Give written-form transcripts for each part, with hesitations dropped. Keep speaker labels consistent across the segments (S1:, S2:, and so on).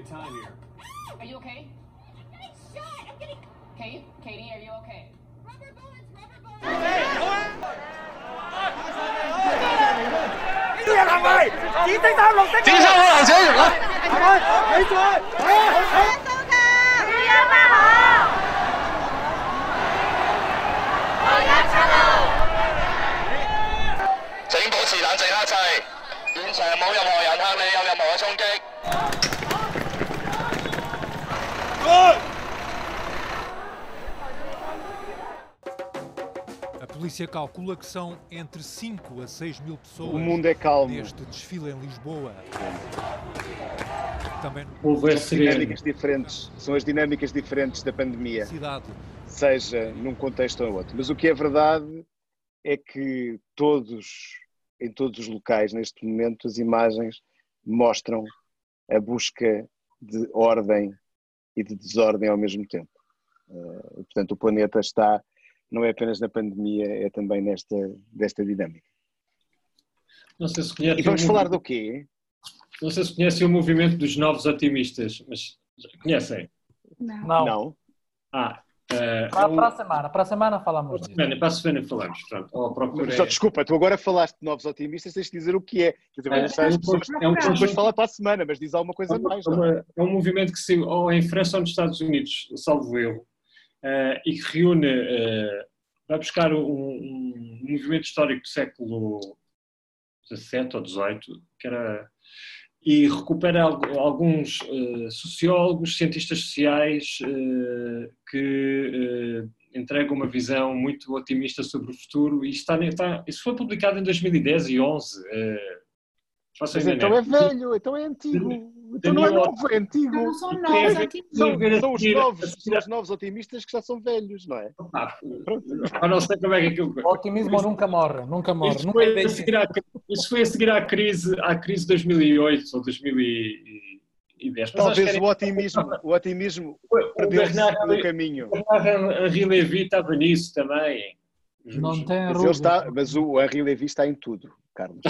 S1: time here.
S2: Are you okay?
S3: I'm getting shot! I'm getting...
S2: Katie, are you okay?
S3: Rubber bullets! Rubber bullets!
S4: 請保持冷靜克制，現場冇任何人向你有任何嘅衝擊。
S5: A polícia calcula que são entre 5 a 6 mil pessoas
S6: O mundo é calmo.
S5: neste desfile em Lisboa. Também
S6: São as dinâmicas diferentes da pandemia,
S5: na cidade.
S6: seja num contexto ou outro. Mas o que é verdade é que em todos os locais, neste momento, as imagens mostram a busca de ordem e de desordem ao mesmo tempo. Portanto, o planeta está, não é apenas na pandemia, é também desta dinâmica.
S1: Não sei se conhece
S6: E vamos falar do quê?
S1: Não sei se conhecem o movimento dos novos otimistas, mas conhecem?
S6: Não.
S7: Para a semana falamos disso.
S1: Para a semana falamos. Pronto.
S6: Só desculpa, tu agora falaste de novos otimistas, tens de dizer o que é. Quer dizer, depois fala para a semana, mas diz alguma coisa mais.
S1: É um movimento que saiu ou em França ou nos Estados Unidos, salvo eu, e que reúne, vai buscar um movimento histórico do século XVII ou XVIII, que era... E recupera alguns sociólogos, cientistas sociais que entregam uma visão muito otimista sobre o futuro. E isso foi publicado em 2010 e 2011.
S6: Mas então é velho, então é antigo. Então não é novo, é antigo.
S3: Não são novos otimistas.
S6: São os novos otimistas que já são velhos, não é?
S1: Não sei como é que aquilo...
S7: O otimismo nunca morre.
S1: Isso foi a seguir à crise de 2008 ou 2010.
S6: Talvez o otimismo perdeu-se no caminho.
S1: O Henri Lévy estava nisso também.
S7: Não tem
S6: mas o Henri Lévy está em tudo, Carlos.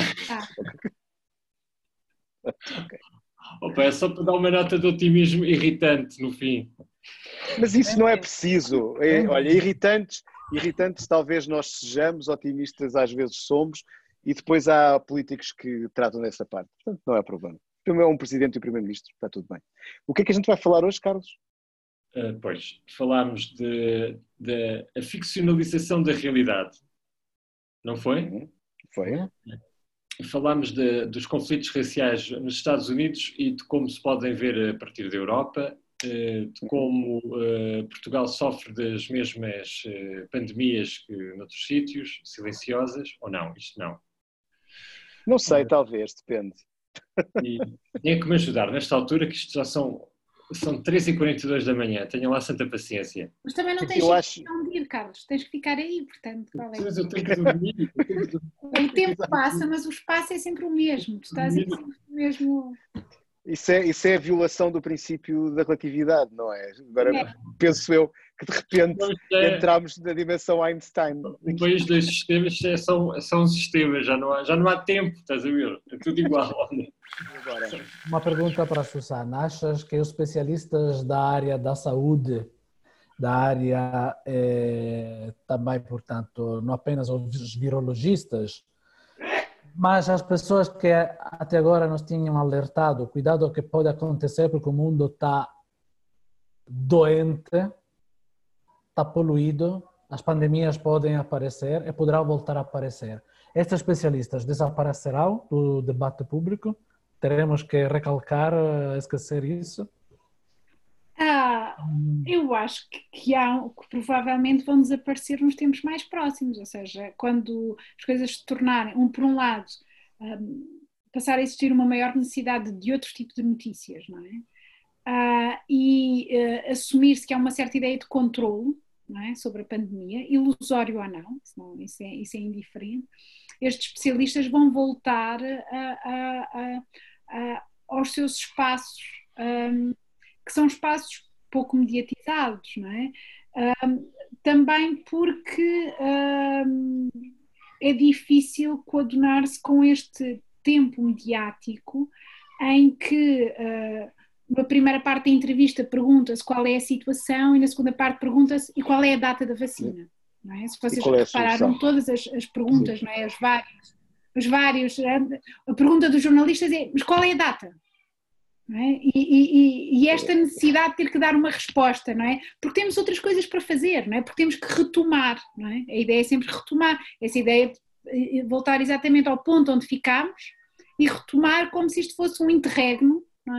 S1: Okay. É só para dar uma nota de otimismo irritante no fim.
S6: Mas isso não é preciso. Olha, irritantes talvez nós sejamos, otimistas às vezes somos, e depois há políticos que tratam dessa parte. Portanto, não é problema. Primeiro é um presidente e um primeiro-ministro, está tudo bem. O que é que a gente vai falar hoje, Carlos?
S1: Pois, falámos da ficcionalização da realidade. Não foi?
S6: Foi.
S1: Falámos dos conflitos raciais nos Estados Unidos e de como se podem ver a partir da Europa, de como Portugal sofre das mesmas pandemias que noutros sítios, silenciosas, ou não, isto não.
S6: Não sei, talvez, depende.
S1: E tem que me ajudar nesta altura, que isto já são 3h42 da manhã, tenham lá santa paciência.
S3: Mas também não tens que dormir, Carlos, tens que ficar aí, portanto.
S1: Mas eu tenho que dormir.
S3: O tempo passa, mas o espaço é sempre o mesmo, tu estás aí sempre no mesmo...
S6: Isso é a violação do princípio da relatividade, não é? Agora penso eu que de repente entramos na dimensão Einstein.
S1: Depois dos sistemas são sistemas, já não há tempo, estás a ver? É tudo igual.
S7: Uma pergunta para a Susana. Achas que os especialistas da área da saúde, da área também, portanto, não apenas os virologistas, mas as pessoas que até agora nos tinham alertado, cuidado que pode acontecer porque o mundo está doente, está poluído, as pandemias podem aparecer e poderão voltar a aparecer. Estes especialistas desaparecerão do debate público? Teremos que recalcar, esquecer isso?
S3: Eu acho que provavelmente vão desaparecer nos tempos mais próximos, ou seja, quando as coisas se tornarem, por um lado, passar a existir uma maior necessidade de outro tipo de notícias, não é? Assumir-se que há uma certa ideia de controle, não é, sobre a pandemia, ilusório ou não, senão isso é indiferente. Estes especialistas vão voltar aos seus espaços, que são espaços pouco mediatizados, não é? Também porque é difícil coadunar-se com este tempo mediático em que na primeira parte da entrevista pergunta-se qual é a situação e na segunda parte pergunta-se e qual é a data da vacina. Não é? Se vocês repararam, todas as perguntas, não é? Os vários, a pergunta dos jornalistas é: mas qual é a data? Não é? E esta necessidade de ter que dar uma resposta, não é? Porque temos outras coisas para fazer, não é? Porque temos que retomar, não é? A ideia é sempre retomar, essa ideia de voltar exatamente ao ponto onde ficámos e retomar como se isto fosse um interregno, não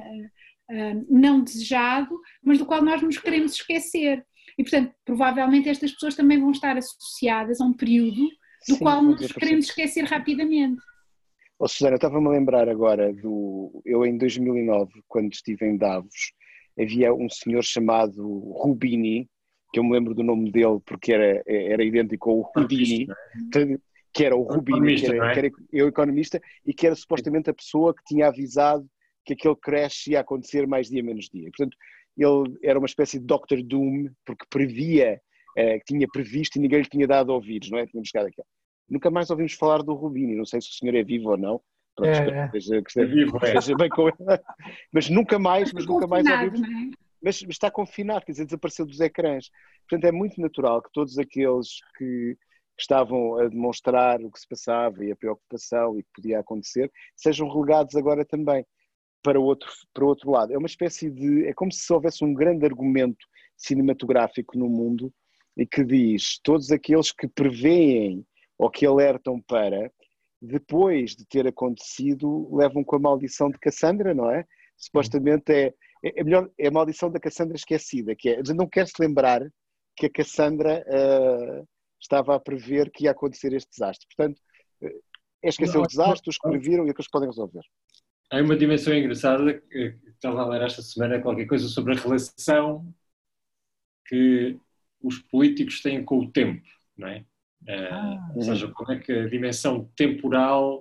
S3: é? Não desejado, mas do qual nós nos queremos esquecer. E, portanto, provavelmente estas pessoas também vão estar associadas a um período do qual nos queremos esquecer rapidamente.
S6: Susana, estava-me a lembrar agora eu em 2009, quando estive em Davos, havia um senhor chamado Rubini, que eu me lembro do nome dele porque era idêntico ao Houdini, que era o Rubini, que era o economista, e que era supostamente a pessoa que tinha avisado que aquele crash ia acontecer mais dia menos dia. Portanto, ele era uma espécie de Dr. Doom, porque previa, que tinha previsto e ninguém lhe tinha dado ouvidos, não é? Tínhamos chegado aqui. Nunca mais ouvimos falar do Rubini, não sei se o senhor é vivo ou não. Pronto, esteja bem com ele. Mas nunca mais ouvimos. Mas está confinado, quer dizer, desapareceu dos ecrãs. Portanto, é muito natural que todos aqueles que estavam a demonstrar o que se passava e a preocupação e que podia acontecer, sejam relegados agora também para o outro lado. É uma espécie é como se houvesse um grande argumento cinematográfico no mundo e que diz: todos aqueles que preveem ou que alertam para, depois de ter acontecido, levam com a maldição de Cassandra, não é? Supostamente é a maldição da Cassandra esquecida, que é, não quer se lembrar que a Cassandra estava a prever que ia acontecer este desastre. Portanto, é esquecer o desastre, os que previram e aqueles que podem resolver.
S1: Há uma dimensão engraçada que estava a ler esta semana, qualquer coisa sobre a relação que os políticos têm com o tempo, não é? Ou seja, como é que a dimensão temporal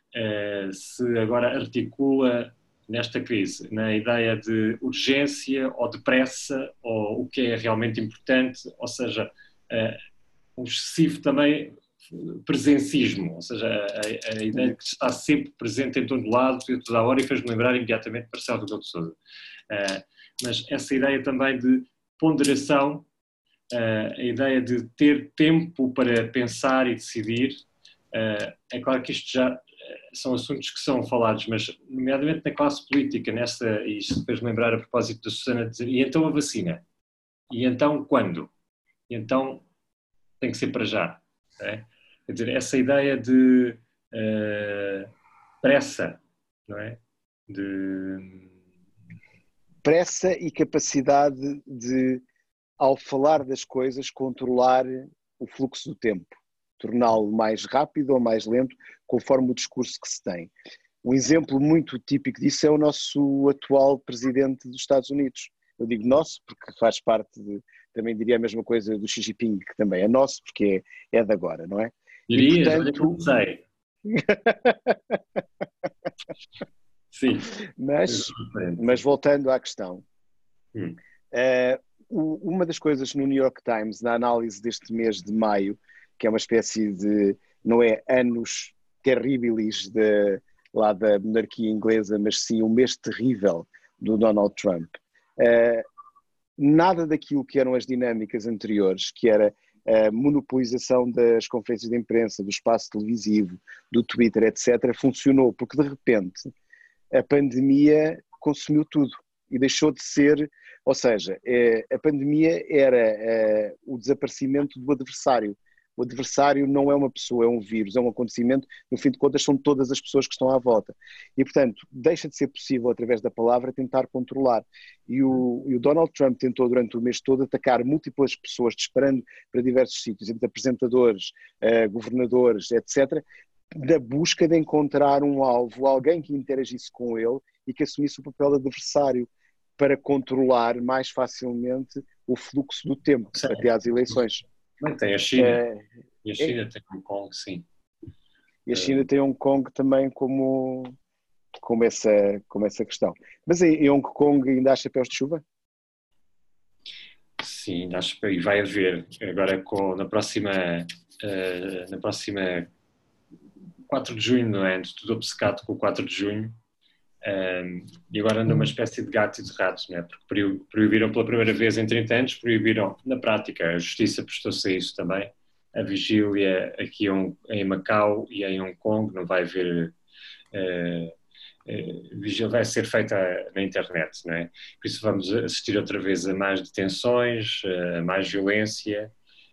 S1: se agora articula nesta crise, na ideia de urgência ou de pressa, ou o que é realmente importante, ou seja, um excessivo também presencismo, ou seja, a ideia de que está sempre presente em todo lado, a toda a hora, e fez-me lembrar imediatamente Marcelo Rebelo de Sousa. Mas essa ideia também de ponderação, a ideia de ter tempo para pensar e decidir, é claro que isto já são assuntos que são falados, mas nomeadamente na classe política, e isto fez-me lembrar a propósito da Susana dizer: e então a vacina? E então quando? E então tem que ser para já. É? Quer dizer, essa ideia de pressa, não é? De
S6: pressa e capacidade de, ao falar das coisas, controlar o fluxo do tempo, torná-lo mais rápido ou mais lento, conforme o discurso que se tem. Um exemplo muito típico disso é o nosso atual presidente dos Estados Unidos. Eu digo nosso porque faz parte também diria a mesma coisa do Xi Jinping, que também é nosso porque é de agora, não é?
S1: Dirias, e, portanto... não sei. Sim.
S6: Mas voltando à questão, uma das coisas no New York Times, na análise deste mês de maio, que é uma espécie de, não é anos terribilis lá da monarquia inglesa, mas sim o mês terrível do Donald Trump, nada daquilo que eram as dinâmicas anteriores, que era a monopolização das conferências de imprensa, do espaço televisivo, do Twitter, etc., funcionou, porque de repente a pandemia consumiu tudo e deixou de ser, ou seja, a pandemia era o desaparecimento do adversário. O adversário não é uma pessoa, é um vírus, é um acontecimento, no fim de contas são todas as pessoas que estão à volta. E, portanto, deixa de ser possível, através da palavra, tentar controlar. E o Donald Trump tentou, durante o mês todo, atacar múltiplas pessoas, disparando para diversos sítios, entre apresentadores, governadores, etc., na busca de encontrar um alvo, alguém que interagisse com ele e que assumisse o papel de adversário, para controlar mais facilmente o fluxo do tempo, até às eleições.
S1: Mas tem a China, e a China tem Hong Kong, sim.
S6: E a China tem Hong Kong também como essa questão. Mas em Hong Kong ainda há chapéus de chuva?
S1: Sim, ainda há chapéu, e vai haver, agora na próxima 4 de junho, não é? Tudo obcecado com o 4 de junho, E agora anda uma espécie de gato e de rato, não é? Porque proibiram pela primeira vez em 30 anos, proibiram, na prática, a justiça prestou-se a isso também, a vigília aqui em Macau e em Hong Kong, não vai haver... vigília vai ser feita na internet, não é? Por isso vamos assistir outra vez a mais detenções, a mais violência,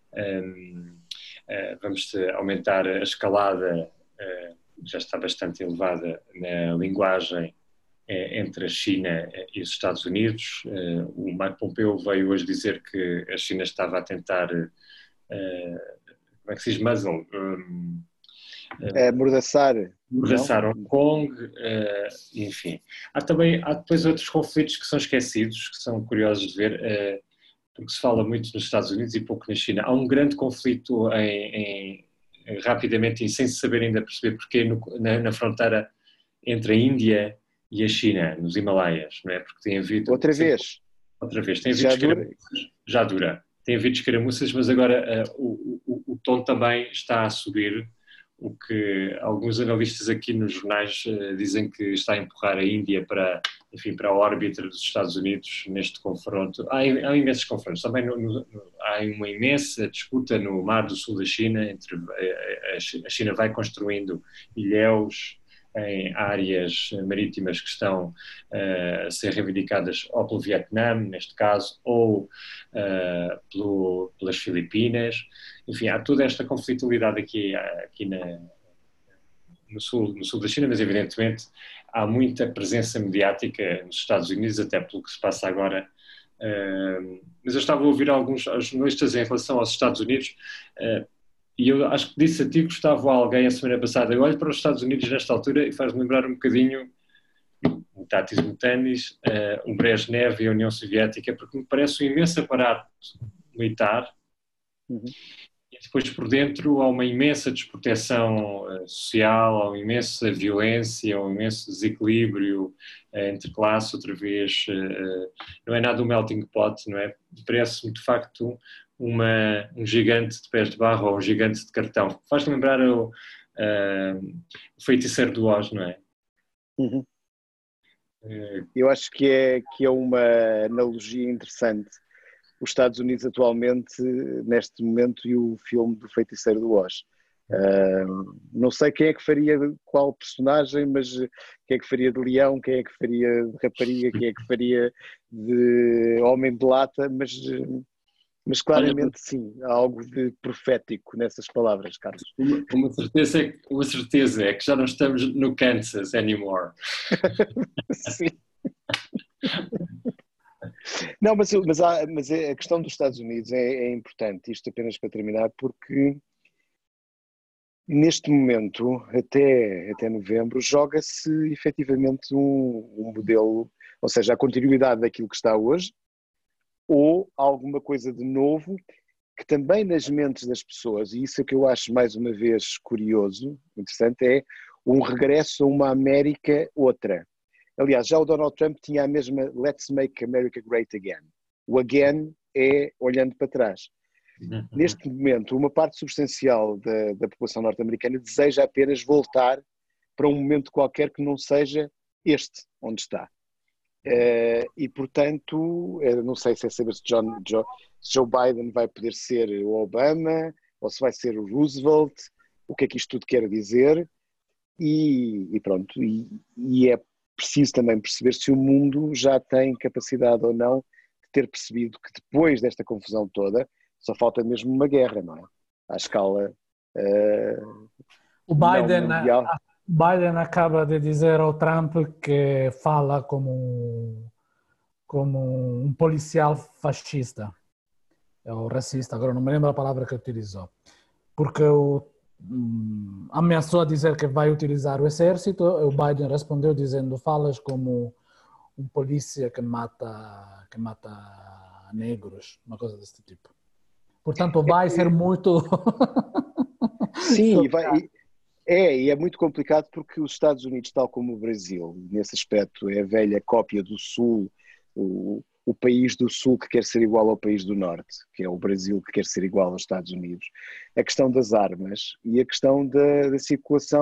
S1: vamos aumentar a escalada, já está bastante elevada na linguagem entre a China e os Estados Unidos. O Mike Pompeo veio hoje dizer que a China estava a tentar, como é que se diz, muzzle?
S6: Amordaçar
S1: Hong Kong, enfim. Há depois outros conflitos que são esquecidos, que são curiosos de ver, porque se fala muito nos Estados Unidos e pouco na China. Há um grande conflito rapidamente e sem se saber ainda perceber porquê na fronteira entre a Índia e a China, nos Himalaias, não é? Porque tem havido...
S6: Outra vez,
S1: tem havido escaramuças. Já dura. Tem havido escaramuças, mas agora o tom também está a subir, o que alguns analistas aqui nos jornais dizem que está a empurrar a Índia para a órbita dos Estados Unidos neste confronto. Há imensos confrontos. Também há uma imensa disputa no Mar do Sul da China, a China vai construindo ilhéus em áreas marítimas que estão a ser reivindicadas ou pelo Vietnã, neste caso, ou pelas Filipinas. Enfim, há toda esta conflitualidade aqui no sul da China, mas evidentemente há muita presença mediática nos Estados Unidos, até pelo que se passa agora. Mas eu estava a ouvir alguns jornalistas em relação aos Estados Unidos, e eu acho que disse a ti, Gustavo, a alguém a semana passada, eu olho para os Estados Unidos nesta altura e faz-me lembrar um bocadinho o Tatis Mutanis, o Brezhnev e a União Soviética, porque me parece um imenso aparato militar, e depois por dentro há uma imensa desproteção social, há uma imensa violência, há um imenso desequilíbrio entre classes, outra vez, não é nada um melting pot, não é? Parece-me de facto um gigante de pés de barro ou um gigante de cartão. Faz-me lembrar o Feiticeiro do Oz, não é?
S6: Eu acho que é uma analogia interessante. Os Estados Unidos atualmente, neste momento, e o filme do Feiticeiro do Oz. Não sei quem é que faria qual personagem, mas quem é que faria de leão, quem é que faria de rapariga, quem é que faria de homem de lata, mas claramente sim, há algo de profético nessas palavras, Carlos.
S1: Uma certeza é que já não estamos no Kansas anymore.
S6: Sim. Não, mas a questão dos Estados Unidos é importante, isto apenas para terminar, porque neste momento, até novembro, joga-se efetivamente um modelo, ou seja, a continuidade daquilo que está hoje, ou alguma coisa de novo, que também nas mentes das pessoas, e isso é que eu acho mais uma vez curioso, interessante, é um regresso a uma América outra. Aliás, já o Donald Trump tinha a mesma Let's Make America Great Again. O again é olhando para trás. Neste momento, uma parte substancial da população norte-americana deseja apenas voltar para um momento qualquer que não seja este, onde está. E, portanto, não sei se é saber se Joe Biden vai poder ser o Obama ou se vai ser o Roosevelt, o que é que isto tudo quer dizer, e pronto, e é preciso também perceber se o mundo já tem capacidade ou não de ter percebido que depois desta confusão toda só falta mesmo uma guerra, não é? À escala
S7: o Biden,
S6: mundial.
S7: Biden acaba de dizer ao Trump que fala como um policial fascista, ou racista, agora não me lembro a palavra que utilizou, porque ameaçou a dizer que vai utilizar o exército, e o Biden respondeu dizendo: falas como um polícia que mata negros, uma coisa desse tipo. Portanto, vai ser muito...
S6: Sim, e é muito complicado porque os Estados Unidos, tal como o Brasil, nesse aspecto é a velha cópia do Sul, o país do Sul que quer ser igual ao país do Norte, que é o Brasil que quer ser igual aos Estados Unidos. A questão das armas e a questão da circulação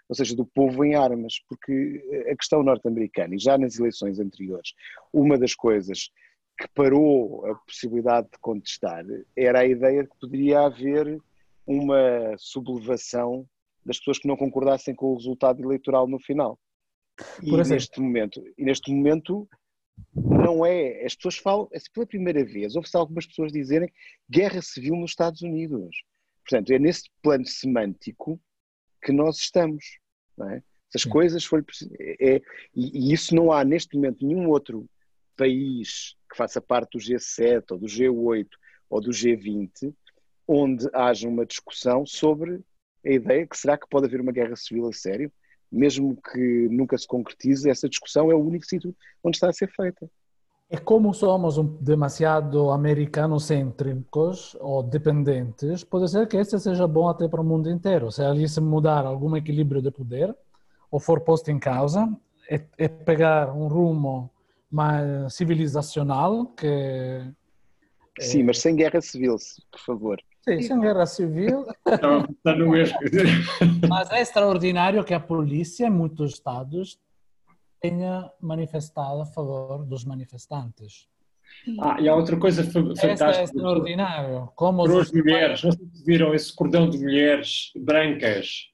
S6: ou seja, do povo em armas, porque a questão norte-americana, e já nas eleições anteriores, uma das coisas que parou a possibilidade de contestar era a ideia de que poderia haver uma sublevação das pessoas que não concordassem com o resultado eleitoral no final. E neste momento não é, as pessoas falam, pela primeira vez, houve-se algumas pessoas dizerem guerra civil nos Estados Unidos. Portanto, é nesse plano semântico que nós estamos, não é? Se as coisas forem... E isso não há neste momento nenhum outro país que faça parte do G7 ou do G8 ou do G20 onde haja uma discussão sobre a ideia que será que pode haver uma guerra civil a sério, mesmo que nunca se concretize, essa discussão é o único sítio onde está a ser feita.
S7: E como somos demasiado americanocêntricos ou dependentes, pode ser que este seja bom até para o mundo inteiro. Se ali se mudar algum equilíbrio de poder, ou for posto em causa, é pegar um rumo mais civilizacional que...
S6: Sim, mas sem guerra civil, por favor.
S7: Sim, sem guerra civil.
S1: Está no mesmo.
S7: Mas é extraordinário que a polícia em muitos estados tenha manifestado a favor dos manifestantes.
S1: E há outra coisa fantástica.
S7: Isso é extraordinário. Como
S1: para as mulheres, não sei se viram esse cordão de mulheres brancas.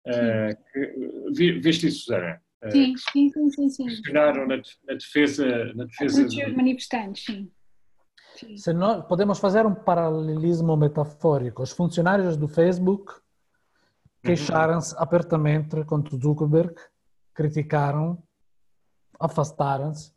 S1: Viste isso, Susana?
S3: Sim.
S1: Questionaram na defesa
S3: dos manifestantes, sim.
S7: Se nós podemos fazer um paralelismo metafórico. Os funcionários do Facebook queixaram-se abertamente contra Zuckerberg, criticaram, afastaram-se.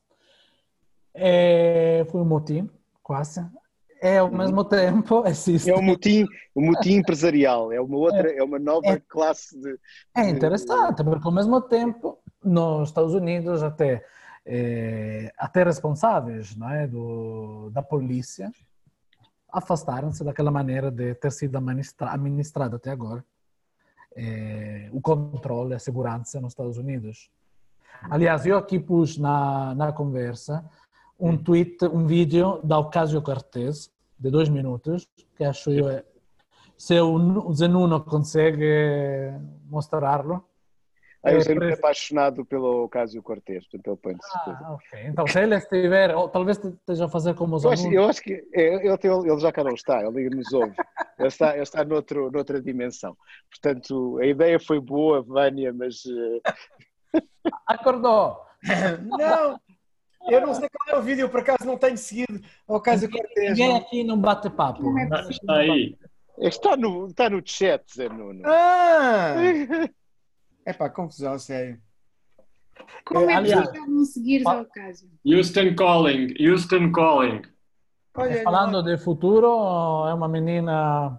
S7: Foi um motim, quase. Ao mesmo tempo existe...
S6: É um motim empresarial, é uma nova classe de...
S7: É interessante, porque ao mesmo tempo, nos Estados Unidos até responsáveis, não é, da polícia afastaram-se daquela maneira de ter sido administrado até agora o controle, a segurança nos Estados Unidos. Aliás, eu aqui pus na conversa um vídeo da Ocasio-Cortez de 2 minutos, que acho eu, se o Zenuno consegue mostrá-lo.
S6: Eu sempre apaixonado pelo Ocasio-Cortez, portanto ele põe de certeza.
S7: Ok. Então se ele estiver, ou talvez esteja a fazer como os
S6: eu acho que ele já cá não está, ele nos ouve. Ele está noutra dimensão. Portanto, a ideia foi boa, Vânia, mas...
S7: Acordou!
S8: Não! Eu não sei qual é o vídeo, por acaso não tenho seguido ao Ocasio-Cortez.
S7: Ninguém aqui não bate papo.
S1: Está aí.
S6: Está no chat, Zé Nuno.
S8: Epá, confusão, sério.
S3: Como é possível não seguir ao Ocasio?
S1: Houston calling.
S7: Olha, falando de futuro, é uma menina...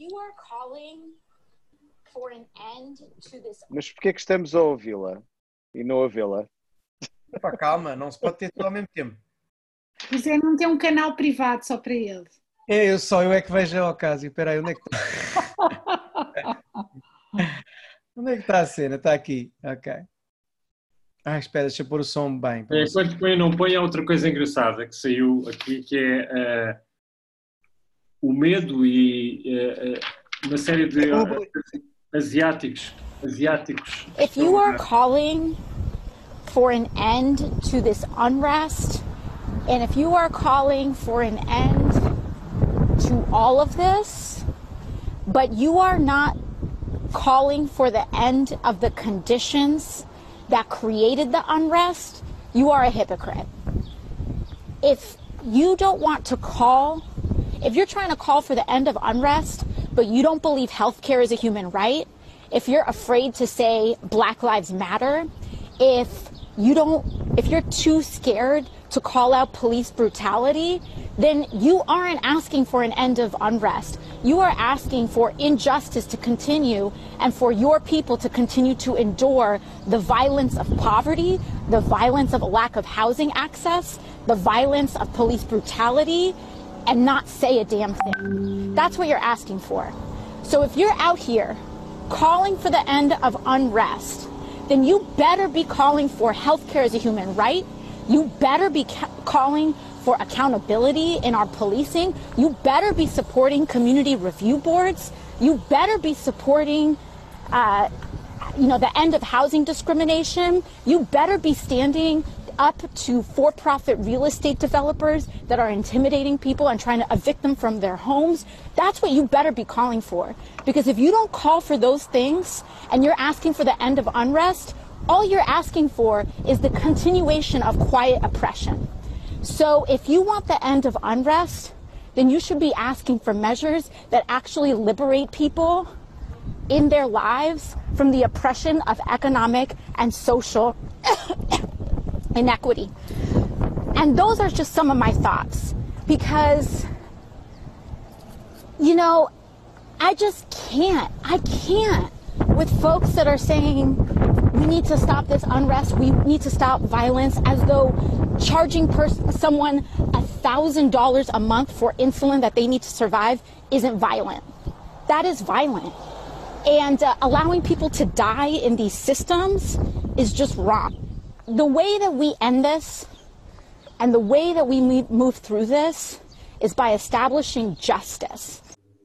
S6: Mas porquê é que estamos a ouvi-la e não a vê-la?
S8: Epá, calma, não se pode ter tudo ao mesmo tempo.
S3: Pois é, não tem um canal privado só para ele.
S8: Eu é que vejo a Ocasio. Espera aí, onde é que está? Onde é que está a cena? Está aqui, ok. Espera, deixa eu pôr o som bem.
S1: Enquanto põe não põe, há outra coisa engraçada que saiu aqui, que é o medo e uma série de asiáticos.
S2: If you are calling for an end to this unrest, and if you are calling for an end to all of this, but you are not calling for the end of the conditions that created the unrest, you are a hypocrite. If you don't want to if you're trying to call for the end of unrest, but you don't believe healthcare is a human right, if you're afraid to say Black Lives Matter, if you're too scared to call out police brutality, then you aren't asking for an end of unrest. You are asking for injustice to continue and for your people to continue to endure the violence of poverty, the violence of a lack of housing access, the violence of police brutality, and not say a damn thing. That's what you're asking for. So if you're out here calling for the end of unrest, then you better be calling for healthcare as a human right. You better be calling for accountability in our policing. You better be supporting community review boards. You better be supporting the end of housing discrimination, you better be standing up to for-profit real estate developers that are intimidating people and trying to evict them from their homes. That's what you better be calling for. Because if you don't call for those things and you're asking for the end of unrest, all you're asking for is the continuation of quiet oppression. So if you want the end of unrest, then you should be asking for measures that actually liberate people in their lives from the oppression of economic and social inequity. And those are just some of my thoughts, because, I just can't with folks that are saying we need to stop this unrest, we need to stop violence, as though charging someone $1,000 a month for insulin that they need to survive isn't violent. That is violent. And allowing people to die in these systems is just wrong. The way that we end this and the way that we move through this is by establishing justice.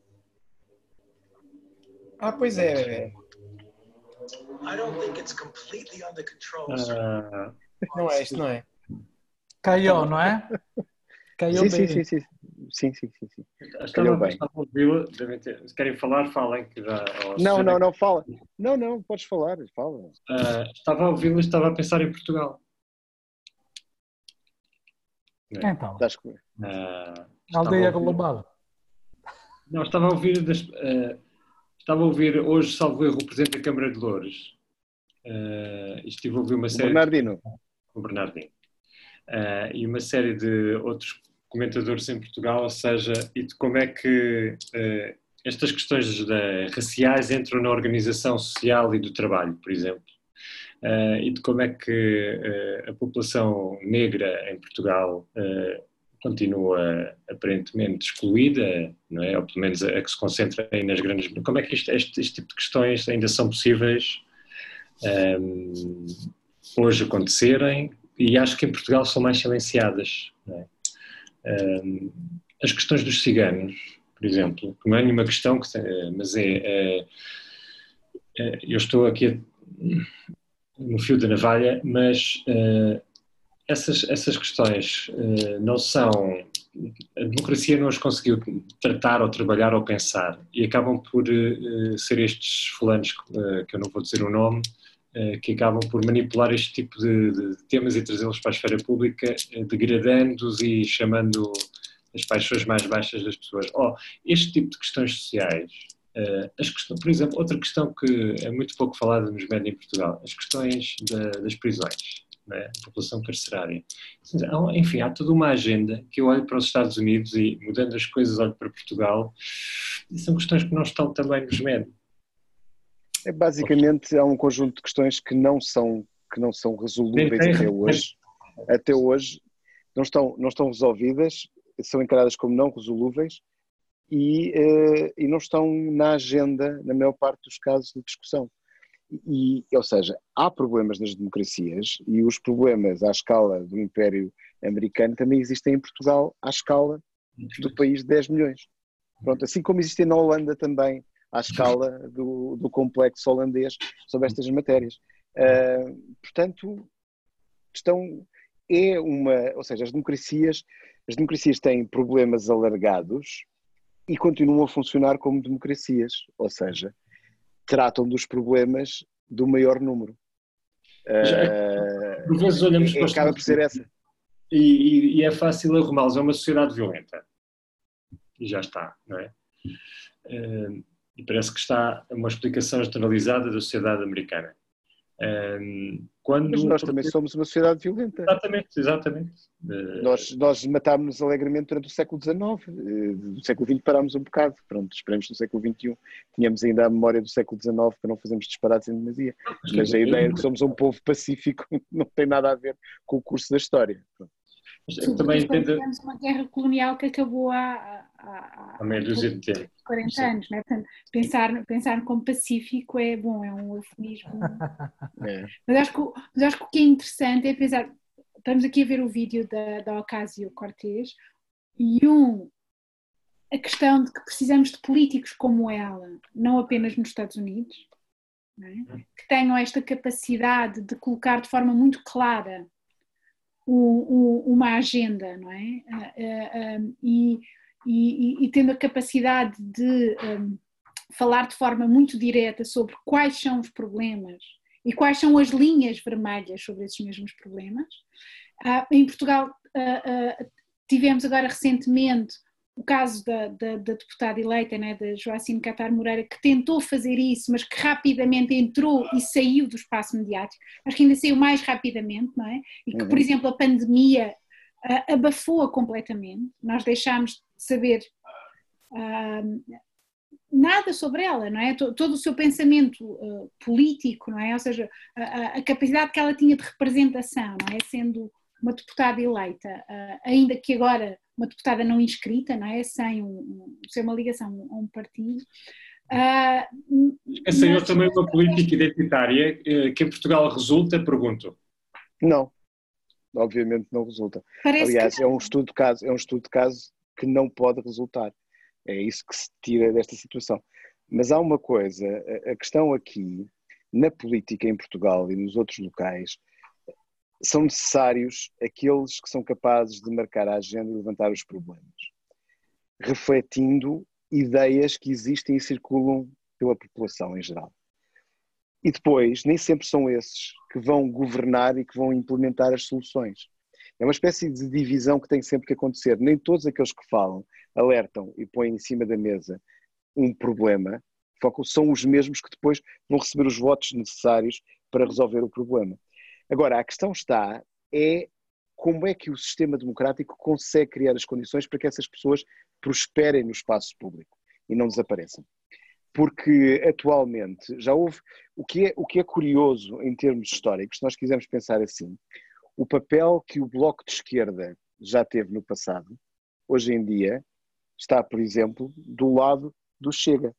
S8: Pois é.
S9: I don't think it's completely under control.
S8: Não é, isto não é.
S7: Caiu, não é? Caiu
S6: Sim,
S7: bem.
S6: sim.
S1: Estava a ouvi-lo, se querem falar, falem. Que já,
S6: não, fala. Não, podes falar, fala.
S1: Estava a ouvi-lo e estava a pensar em Portugal.
S7: Então,
S1: Aldeia
S7: global.
S1: Não, estava a ouvir hoje, salvo erro, o Presidente da Câmara de Loures. Estive a ouvir uma série... O Bernardino. E uma série de outros comentadores em Portugal, ou seja, e de como é que estas questões raciais entram na organização social e do trabalho, por exemplo. E de como é que a população negra em Portugal continua aparentemente excluída, não é? Ou pelo menos a que se concentra aí nas grandes... Como é que este tipo de questões ainda são possíveis hoje acontecerem? E acho que em Portugal são mais silenciadas, não é? As questões dos ciganos, por exemplo, que não é nenhuma questão, mas eu estou aqui no fio da navalha, mas essas questões não são... A democracia não as conseguiu tratar ou trabalhar ou pensar, e acabam por ser estes fulanos, que eu não vou dizer o nome, que acabam por manipular este tipo de temas e trazê-los para a esfera pública, degradando-os e chamando as paixões mais baixas das pessoas. Este tipo de questões sociais, por exemplo, outra questão que é muito pouco falada nos médias em Portugal, as questões das prisões, não é? A população carcerária. Enfim, há toda uma agenda que eu olho para os Estados Unidos e, mudando as coisas, olho para Portugal, e são questões que não estão também nos médias.
S6: Basicamente, há um conjunto de questões que não são resolúveis até hoje não estão resolvidas, são encaradas como não resolúveis e não estão na agenda, na maior parte dos casos de discussão. Ou seja, há problemas nas democracias, e os problemas à escala do Império Americano também existem em Portugal à escala do país de 10 milhões. Pronto, assim como existem na Holanda também, à escala do complexo holandês sobre estas matérias. Portanto, ou seja, as democracias têm problemas alargados e continuam a funcionar como democracias, ou seja, tratam dos problemas do maior número.
S1: Por vezes olhamos para
S6: acaba por ser essa.
S1: E é fácil arrumá-los, é uma sociedade violenta. E já está, não é? E parece que está uma explicação generalizada da sociedade americana.
S6: Mas nós também somos uma sociedade violenta.
S1: Exatamente.
S6: Nós matámos-nos alegremente durante o século XIX. Do século XX parámos um bocado. Pronto, esperemos no século XXI tínhamos ainda a memória do século XIX para não fazermos disparates em demasia. Mas a ideia de que somos um povo pacífico não tem nada a ver com o curso da história. Pronto.
S3: Sim, também tivemos uma guerra colonial que acabou há
S1: meia dúzia de tempo.
S3: 40 anos, né? Portanto, pensar como pacífico é um eufemismo. Mas acho que o que é interessante é pensar, estamos aqui a ver o vídeo da Ocasio-Cortez e a questão de que precisamos de políticos como ela, não apenas nos Estados Unidos, não é? Que tenham esta capacidade de colocar de forma muito clara uma agenda, não é? E tendo a capacidade de falar de forma muito direta sobre quais são os problemas e quais são as linhas vermelhas sobre esses mesmos problemas. Em Portugal tivemos agora recentemente o caso da deputada eleita, né, da Joacine Catar Moreira, que tentou fazer isso, mas que rapidamente entrou e saiu do espaço mediático. Acho que ainda saiu mais rapidamente, não é? E que, por exemplo, a pandemia abafou-a completamente. Nós deixámos de saber nada sobre ela, não é? Todo o seu pensamento político, não é? Ou seja, a capacidade que ela tinha de representação, não é? Sendo uma deputada eleita, ainda que agora uma deputada não inscrita, não é? Sem uma ligação a um partido.
S1: Ensaiou também uma política identitária que em Portugal resulta, pergunto?
S6: Não, obviamente não resulta. Aliás, é um estudo de caso que não pode resultar. É isso que se tira desta situação. Mas há uma coisa, a questão aqui, na política em Portugal e nos outros locais, são necessários aqueles que são capazes de marcar a agenda e levantar os problemas, refletindo ideias que existem e circulam pela população em geral. E depois, nem sempre são esses que vão governar e que vão implementar as soluções. É uma espécie de divisão que tem sempre que acontecer. Nem todos aqueles que falam, alertam e põem em cima da mesa um problema, são os mesmos que depois vão receber os votos necessários para resolver o problema. Agora, a questão é como é que o sistema democrático consegue criar as condições para que essas pessoas prosperem no espaço público e não desapareçam. Porque atualmente já houve, o que é curioso em termos históricos, se nós quisermos pensar assim, o papel que o Bloco de Esquerda já teve no passado, hoje em dia, está, por exemplo, do lado do Chega.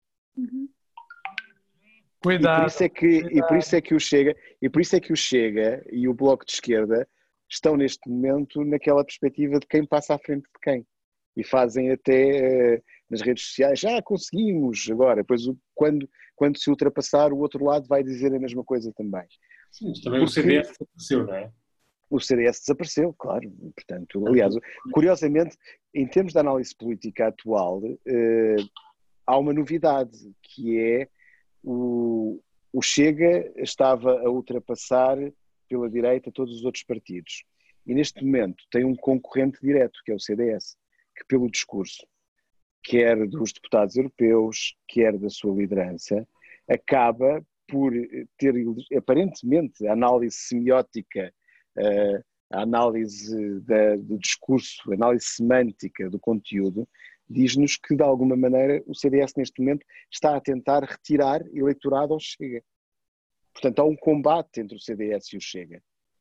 S7: Cuidado.
S6: E por isso é que o Chega e o Bloco de Esquerda estão neste momento naquela perspectiva de quem passa à frente de quem. E fazem até nas redes sociais, conseguimos agora, depois quando se ultrapassar o outro lado vai dizer a mesma coisa também.
S1: Sim, também o CDS desapareceu, não é?
S6: O CDS desapareceu, claro. Portanto, aliás, curiosamente, em termos de análise política atual, há uma novidade, que é o Chega estava a ultrapassar pela direita todos os outros partidos. E neste momento tem um concorrente direto, que é o CDS, que pelo discurso, quer dos deputados europeus, quer da sua liderança, acaba por ter, aparentemente, a análise semiótica, a análise do discurso, a análise semântica do conteúdo, diz-nos que, de alguma maneira, o CDS neste momento está a tentar retirar eleitorado ao Chega. Portanto, há um combate entre o CDS e o Chega.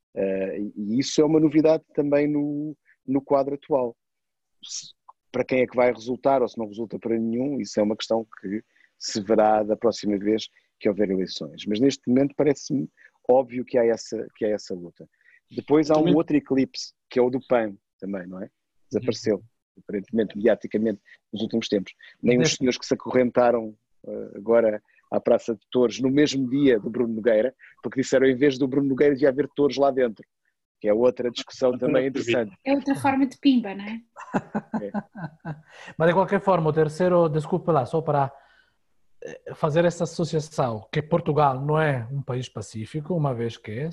S6: E isso é uma novidade também no quadro atual. Para quem é que vai resultar ou se não resulta para nenhum, isso é uma questão que se verá da próxima vez que houver eleições. Mas neste momento parece-me óbvio que há essa luta. Depois há um outro eclipse, que é o do PAN também, não é? Desapareceu, aparentemente, mediaticamente, nos últimos tempos. Nem os senhores que se acorrentaram agora à Praça de Touros no mesmo dia do Bruno Nogueira, porque disseram em vez do Bruno Nogueira devia haver touros lá dentro, que é outra discussão também interessante.
S3: É outra forma de pimba, não é?
S7: Mas de qualquer forma, o terceiro, desculpe lá, só para fazer essa associação, que Portugal não é um país pacífico, uma vez que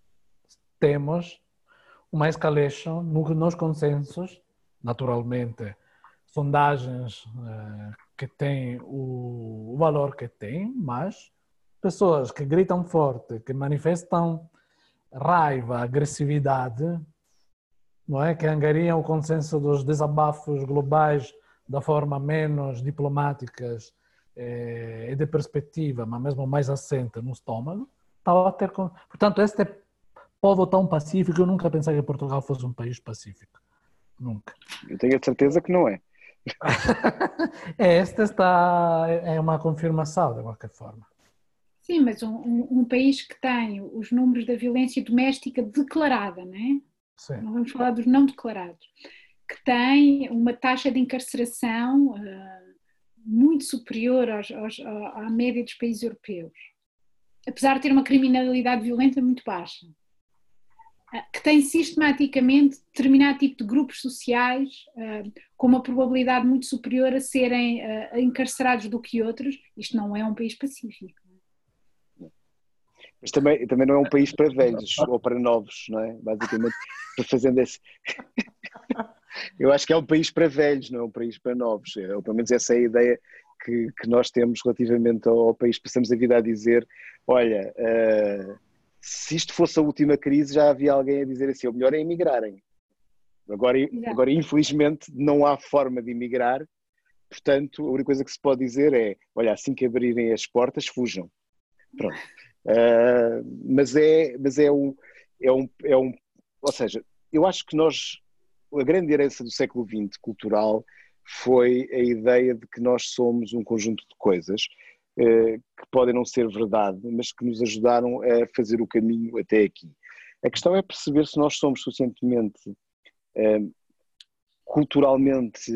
S7: temos uma escalation nos consensos, naturalmente, sondagens que têm o valor que têm, mas pessoas que gritam forte, que manifestam raiva, agressividade, não é? Que angariam o consenso dos desabafos globais da forma menos diplomáticas e de perspectiva, mas mesmo mais assente no estômago, está a ter... Portanto, este povo tão pacífico, eu nunca pensei que Portugal fosse um país pacífico. Nunca.
S6: Eu tenho a certeza que não é.
S7: Esta é uma confirmação, de qualquer forma.
S3: Sim, mas um país que tem os números da violência doméstica declarada, não é?
S7: Sim.
S3: Não vamos falar dos não declarados, que tem uma taxa de encarceração muito superior à média dos países europeus. apesar de ter uma criminalidade violenta muito baixa, que tem sistematicamente determinado tipo de grupos sociais com uma probabilidade muito superior a serem encarcerados do que outros. Isto não é um país pacífico.
S6: Mas também não é um país para velhos ou para novos, não é? Basicamente, fazendo esse... Eu acho que é um país para velhos, não é um país para novos. Ou pelo menos essa é a ideia que nós temos relativamente ao país. Passamos a vida a dizer, olha, se isto fosse a última crise já havia alguém a dizer assim, o melhor é emigrarem. Agora, infelizmente, não há forma de emigrar, portanto, a única coisa que se pode dizer é, olha, assim que abrirem as portas, fujam. Pronto. Mas ou seja, eu acho que a grande herança do século XX cultural foi a ideia de que nós somos um conjunto de coisas que podem não ser verdade, mas que nos ajudaram a fazer o caminho até aqui. A questão é perceber se nós somos suficientemente culturalmente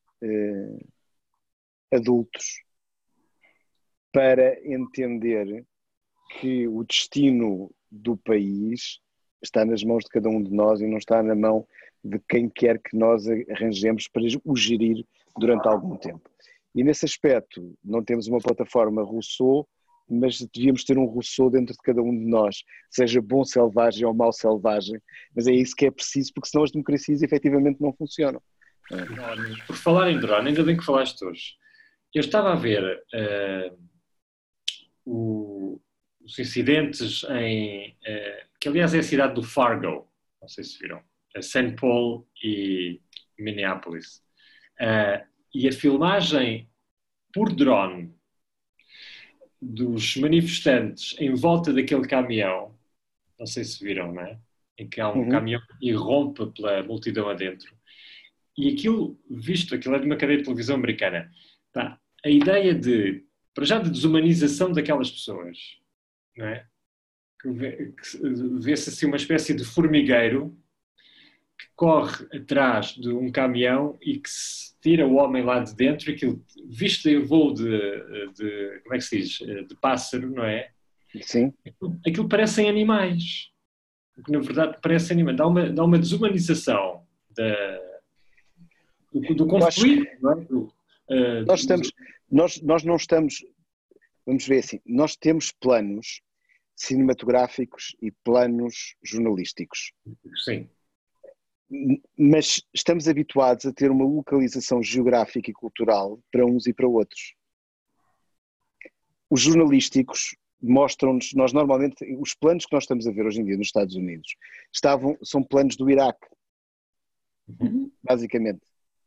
S6: adultos para entender que o destino do país está nas mãos de cada um de nós e não está na mão de quem quer que nós arranjemos para o gerir durante algum tempo. E nesse aspecto não temos uma plataforma Rousseau, mas devíamos ter um Rousseau dentro de cada um de nós, seja bom selvagem ou mau selvagem, mas é isso que é preciso, porque senão as democracias efetivamente não funcionam.
S1: Por falar em drone, ainda bem que falaste hoje. Eu estava a ver os incidentes que aliás é a cidade do Fargo, não sei se viram, St. Paul e Minneapolis, e a filmagem por drone dos manifestantes em volta daquele caminhão, não sei se viram, não é? Em que há um caminhão que irrompe pela multidão adentro, e aquilo é de uma cadeia de televisão americana. Pá, a ideia para já de desumanização daquelas pessoas, não é? Que vê-se assim uma espécie de formigueiro que corre atrás de um caminhão e que se tira o homem lá de dentro, aquilo visto em voo de como é que se diz? De pássaro, não é?
S6: Sim.
S1: Aquilo parecem animais. O que na verdade parece animais. Dá uma desumanização do conflito, não é?
S6: Nós não estamos, vamos ver assim, nós temos planos cinematográficos e planos jornalísticos.
S1: Sim.
S6: Mas estamos habituados a ter uma localização geográfica e cultural para uns e para outros. Os jornalísticos mostram-nos, nós normalmente, os planos que nós estamos a ver hoje em dia nos Estados Unidos são planos do Iraque, basicamente.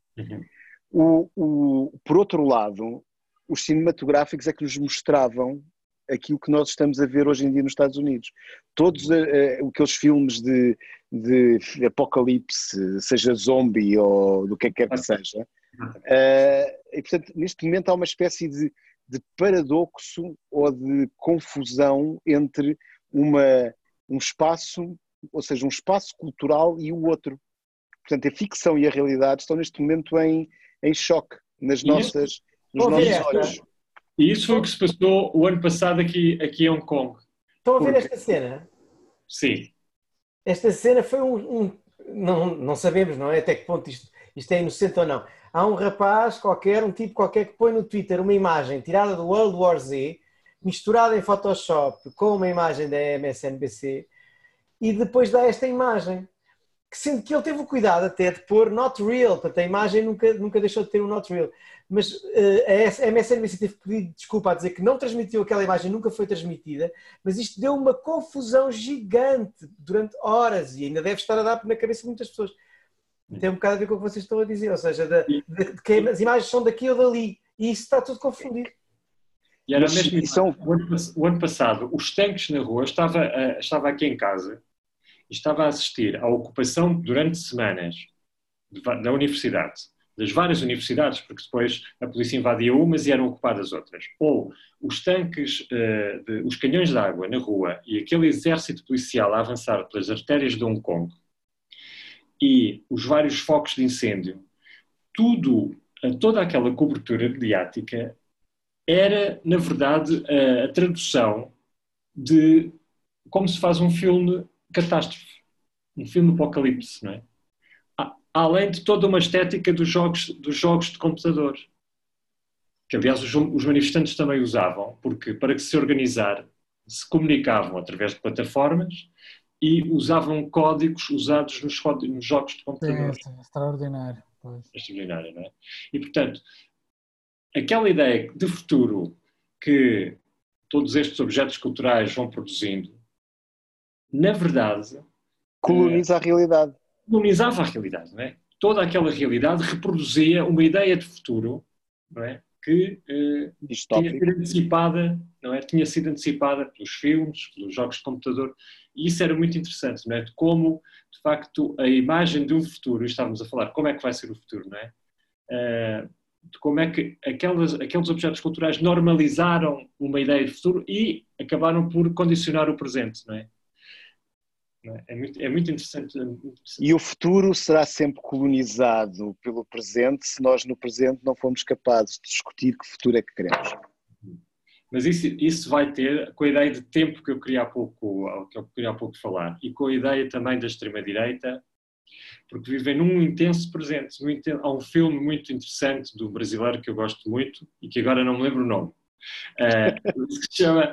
S6: Por outro lado, os cinematográficos é que nos mostravam aquilo que nós estamos a ver hoje em dia nos Estados Unidos. Todos aqueles filmes de apocalipse, seja zombie ou do que quer que seja, e portanto neste momento há uma espécie de paradoxo ou de confusão entre um espaço, ou seja, um espaço cultural e o outro. Portanto, a ficção e a realidade estão neste momento em choque nos nossos olhos.
S1: E isso foi o que se passou o ano passado aqui em Hong Kong.
S10: Estão a ver esta cena?
S1: Sim.
S10: Esta cena foi não sabemos, não é? Até que ponto isto é inocente ou não. Há um rapaz qualquer, um tipo qualquer que põe no Twitter uma imagem tirada do World War Z, misturada em Photoshop com uma imagem da MSNBC, e depois dá esta imagem. Sendo que ele teve o cuidado até de pôr not real, portanto a imagem nunca deixou de ter um not real. Mas a MSNBC teve que pedir desculpa a dizer que não transmitiu aquela imagem, nunca foi transmitida, mas isto deu uma confusão gigante durante horas e ainda deve estar a dar na cabeça de muitas pessoas. Tem um bocado a ver com o que vocês estão a dizer, ou seja, de que as imagens são daqui ou dali, e isso está tudo confundido.
S1: E era mesmo o ano passado, os tanques na rua, estava aqui em casa, e estava a assistir à ocupação durante semanas da universidade, das várias universidades, porque depois a polícia invadia umas e eram ocupadas outras. Ou os tanques, os canhões de água na rua e aquele exército policial a avançar pelas artérias de Hong Kong e os vários focos de incêndio, toda aquela cobertura mediática era, na verdade, a tradução de como se faz um filme catástrofe, um filme apocalipse, não é? Além de toda uma estética dos jogos de computador, que aliás os manifestantes também usavam, porque para que se organizar se comunicavam através de plataformas e usavam códigos usados nos jogos de computador.
S7: Sim, extraordinário. Pois.
S1: Extraordinário, não é? E portanto, aquela ideia de futuro que todos estes objetos culturais vão produzindo, na verdade,
S6: coloniza a realidade.
S1: Colonizava a realidade, não é? Toda aquela realidade reproduzia uma ideia de futuro, não é? Que tinha sido antecipada, não é? Tinha sido antecipada pelos filmes, pelos jogos de computador, e isso era muito interessante, não é? De como, de facto, a imagem de um futuro, e estávamos a falar como é que vai ser o futuro, não é? De como é que aqueles objetos culturais normalizaram uma ideia de futuro e acabaram por condicionar o presente, não é? É muito interessante.
S6: E o futuro será sempre colonizado pelo presente se nós no presente não formos capazes de discutir que futuro é que queremos.
S1: Mas isso vai ter com a ideia de tempo que eu queria há pouco falar e com a ideia também da extrema-direita, porque vivem num intenso presente. Há um filme muito interessante do brasileiro que eu gosto muito e que agora não me lembro o nome, que se chama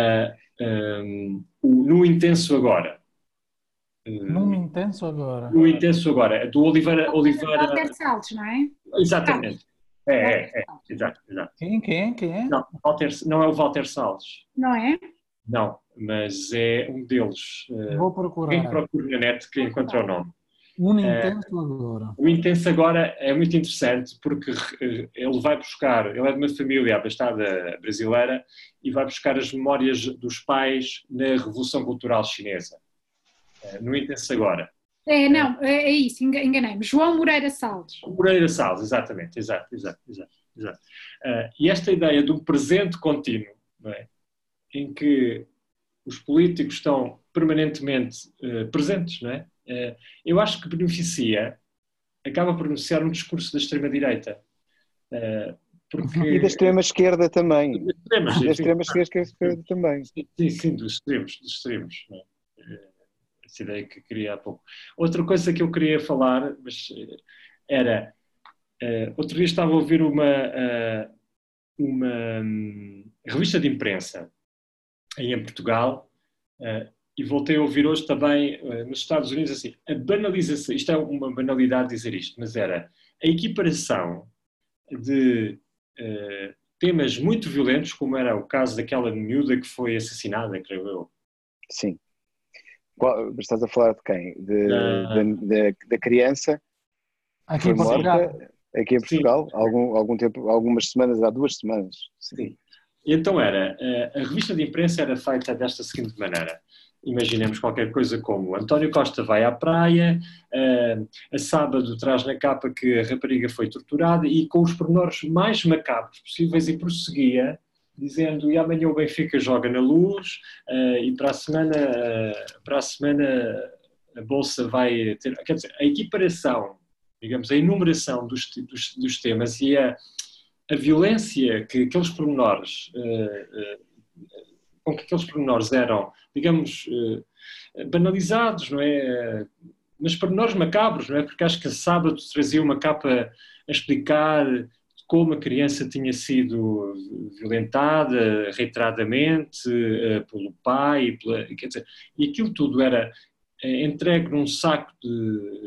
S1: No Intenso Agora.
S7: Num Intenso Agora.
S1: No Intenso Agora, do Oliveira.
S3: Walter Salles, não é?
S1: Exatamente. Exato.
S7: Quem é?
S1: Não é o Walter Salles.
S3: Não é?
S1: Não, mas é um deles.
S7: Vou procurar.
S1: Quem procura na net que encontra o nome.
S7: Um Intenso Agora.
S1: O Intenso Agora é muito interessante porque ele vai buscar, ele é de uma família abastada brasileira e vai buscar as memórias dos pais na Revolução Cultural Chinesa. No Intenso Agora.
S3: É isso, enganei-me. João Moreira Salles.
S1: Moreira Salles, exatamente, exato. E esta ideia de um presente contínuo, não é? Em que os políticos estão permanentemente presentes, não é? Eu acho que acaba por beneficiar um discurso da extrema-direita.
S6: E da extrema-esquerda também. Da extrema-esquerda também.
S1: Sim, dos extremos. Não é? Essa ideia que queria há pouco. Outra coisa que eu queria falar, mas era, outro dia estava a ouvir uma revista de imprensa aí em Portugal e voltei a ouvir hoje também nos Estados Unidos assim, a banalização, isto é uma banalidade dizer isto, mas era a equiparação de temas muito violentos, como era o caso daquela miúda que foi assassinada, creio eu.
S6: Sim. Estás a falar de quem? Da criança
S7: aqui em Portugal.
S6: Aqui em Portugal, algum tempo, algumas semanas, há 2 semanas.
S1: Sim. Então a revista de imprensa era feita desta seguinte maneira. Imaginemos qualquer coisa como António Costa vai à praia, a sábado traz na capa que a rapariga foi torturada e com os pormenores mais macabros possíveis e prosseguia dizendo e amanhã o Benfica joga na Luz e para a semana a Bolsa vai ter... Quer dizer, a equiparação, digamos, a enumeração dos temas e a violência que aqueles pormenores, com que aqueles pormenores eram, digamos, banalizados, não é? Mas pormenores macabros, não é? Porque acho que sábado trazia uma capa a explicar como a criança tinha sido violentada reiteradamente pelo pai, quer dizer, e aquilo tudo era entregue num saco de...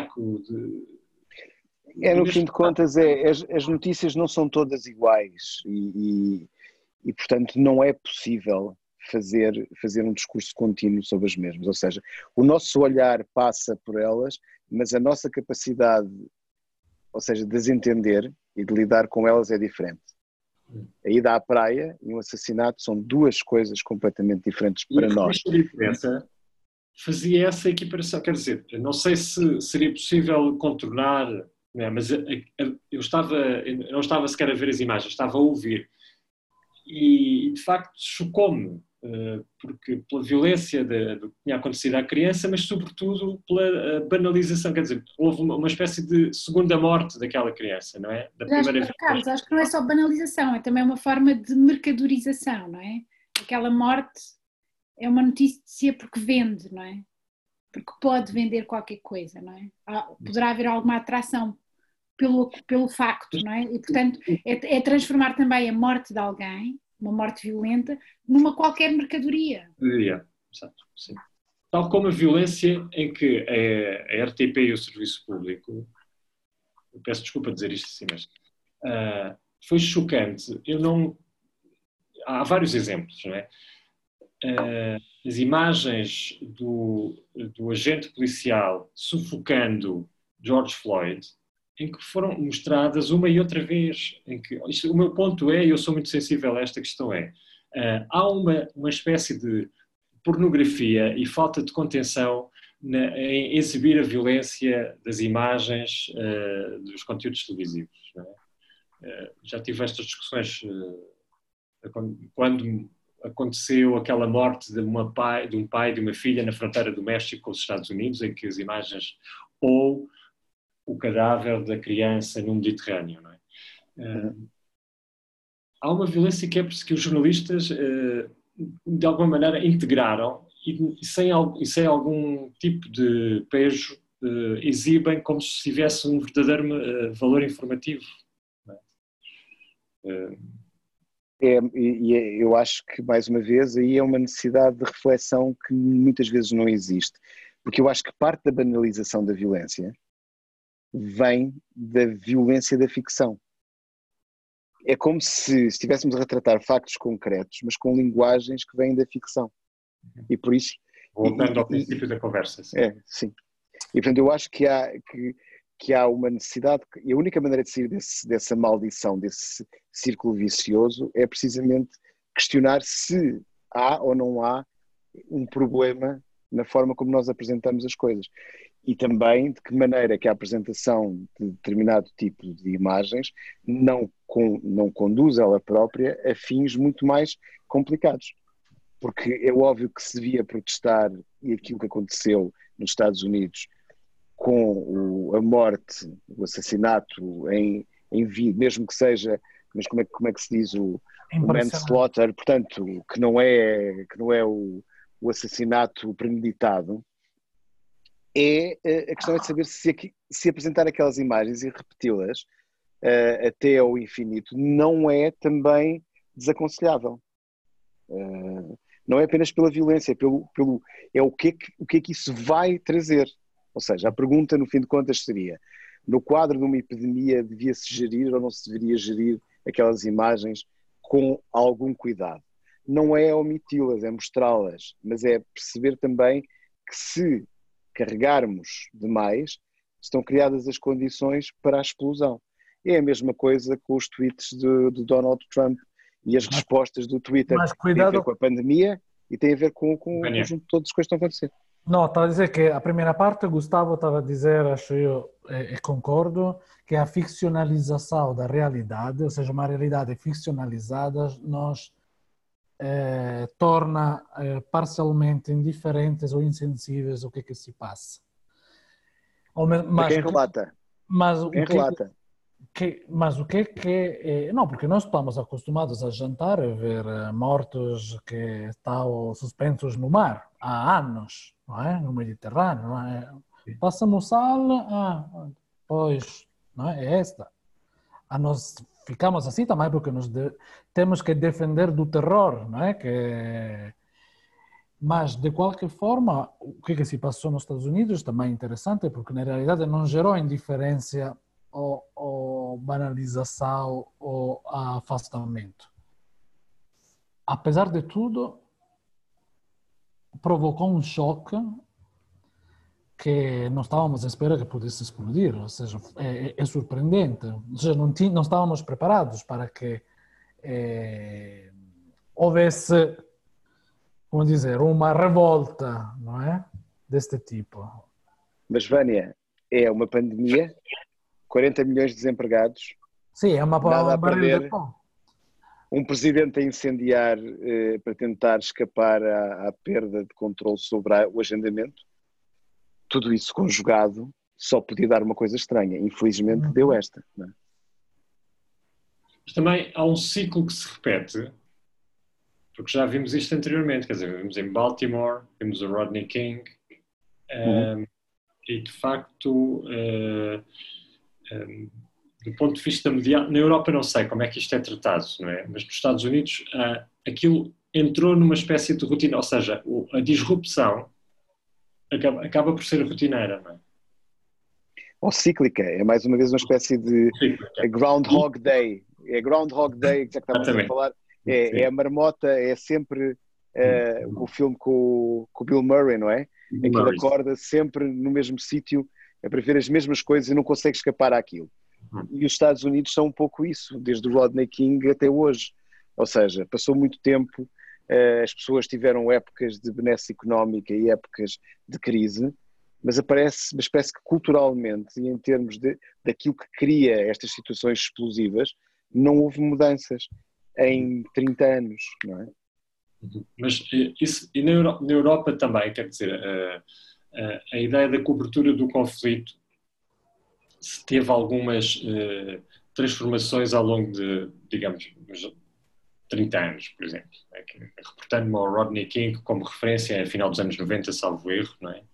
S6: no fim de contas, as notícias não são todas iguais e portanto, não é possível fazer um discurso contínuo sobre as mesmas. Ou seja, o nosso olhar passa por elas, mas a nossa capacidade, ou seja, de as entender e de lidar com elas é diferente. A ida à praia e um assassinato são 2 coisas completamente diferentes para nós.
S1: A diferença fazia essa equiparação, quer dizer, não sei se seria possível contornar, né, mas eu não estava sequer a ver as imagens, estava a ouvir. E de facto chocou-me, porque pela violência do que tinha acontecido à criança, mas sobretudo pela banalização, quer dizer, houve uma espécie de segunda morte daquela criança, não é?
S3: Carlos, acho que não é só banalização, é também uma forma de mercadorização, não é? Aquela morte é uma notícia porque vende, não é? Porque pode vender qualquer coisa, não é? Poderá haver alguma atração pelo facto, não é? E, portanto, é transformar também a morte de alguém, uma morte violenta, numa qualquer mercadoria.
S1: Sim. Tal como a violência em que a RTP e o Serviço Público, eu peço desculpa dizer isto assim, mas foi chocante. Há vários exemplos, não é? As imagens do agente policial sufocando George Floyd, em que foram mostradas uma e outra vez. O meu ponto é, e eu sou muito sensível a esta questão, há uma espécie de pornografia e falta de contenção em exibir a violência das imagens dos conteúdos televisivos. Não é? Já tive estas discussões quando aconteceu aquela morte de um pai e de uma filha na fronteira do México com os Estados Unidos, em que as imagens ou o cadáver da criança no Mediterrâneo. Não é? Há uma violência que os jornalistas de alguma maneira integraram e sem algum tipo de pejo exibem como se tivesse um verdadeiro valor informativo. Não é?
S6: Eu acho que, mais uma vez, aí é uma necessidade de reflexão que muitas vezes não existe. Porque eu acho que parte da banalização da violência vem da violência da ficção. É como se estivéssemos a retratar factos concretos, mas com linguagens que vêm da ficção. E por isso...
S1: Voltando ao princípio da conversa. Sim.
S6: Sim. E, portanto, eu acho que há uma necessidade, e a única maneira de sair dessa maldição, desse círculo vicioso, é precisamente questionar se há ou não há um problema na forma como nós apresentamos as coisas. E também de que maneira que a apresentação de determinado tipo de imagens não conduz ela própria a fins muito mais complicados. Porque é óbvio que se devia protestar, e aquilo que aconteceu nos Estados Unidos com a morte, o assassinato em vida, mesmo que seja, mas como é que se diz o manslaughter, portanto, que não é o assassinato premeditado, a questão é de saber se apresentar aquelas imagens e repeti-las até ao infinito não é também desaconselhável. Não é apenas pela violência, é o que é que isso vai trazer. Ou seja, a pergunta, no fim de contas, seria: no quadro de uma epidemia, devia-se gerir ou não se deveria gerir aquelas imagens com algum cuidado? Não é omiti-las, é mostrá-las, mas é perceber também que se carregarmos demais, estão criadas as condições para a explosão. É a mesma coisa com os tweets de Donald Trump e as respostas do Twitter.
S7: Mas cuidado...
S6: Tem a ver com a pandemia e tem a ver com o conjunto de todas as coisas que estão a acontecer.
S7: Não, estava a dizer que a primeira parte, Gustavo estava a dizer, acho eu, e concordo, que a ficcionalização da realidade, ou seja, uma realidade ficcionalizada, nos torna parcialmente indiferentes ou insensíveis ao que é que se passa.
S6: Mas quem relata?
S7: Mas
S6: quem relata?
S7: Mas o que é que... Não, porque nós estamos acostumados a jantar e ver mortos que estão suspensos no mar há anos, não é? No Mediterrâneo, não é? Passa no sal, pois, não é? É esta. Nós ficamos assim também porque temos que defender do terror, não é? Mas, de qualquer forma, o que se passou nos Estados Unidos também é interessante, porque na realidade não gerou indiferença ou banalização ou afastamento. Apesar de tudo, provocou um choque que não estávamos à espera que pudesse explodir, ou seja, é surpreendente. Ou seja, não estávamos preparados para que houvesse, como dizer, uma revolta, não é? Deste tipo.
S6: Mas, Vânia, é uma pandemia, 40 milhões de desempregados.
S7: Sim, é uma
S6: nada a
S7: barreira
S6: perder.
S7: de pão.
S6: Um presidente a incendiar para tentar escapar à perda de controle sobre o agendamento. Tudo isso conjugado só podia dar uma coisa estranha. Infelizmente deu esta. Não é?
S1: Mas também há um ciclo que se repete, Porque já vimos isto anteriormente, quer dizer, vimos em Baltimore, vimos o Rodney King, e de facto, do ponto de vista mediático, na Europa não sei como é que isto é tratado, não é? Mas nos Estados Unidos aquilo entrou numa espécie de rotina, ou seja, a disrupção acaba por ser rotineira, não é?
S6: Ou cíclica, é mais uma vez uma espécie de Groundhog Day. É Groundhog Day que já que estávamos a falar. É a marmota, é sempre o filme com o Bill Murray, não é? Em que ele acorda sempre no mesmo sítio para ver as mesmas coisas e não consegue escapar àquilo. E os Estados Unidos são um pouco isso, desde o Rodney King até hoje. Ou seja, passou muito tempo, as pessoas tiveram épocas de benesse económica e épocas de crise, mas aparece uma espécie que culturalmente e em termos daquilo que cria estas situações explosivas, não houve mudanças em 30 anos, não é?
S1: Mas isso, e na Europa também, quer dizer, a ideia da cobertura do conflito se teve algumas transformações ao longo de, digamos, 30 anos, por exemplo. Reportando-me ao Rodney King como referência a final dos anos 90, salvo erro, não é?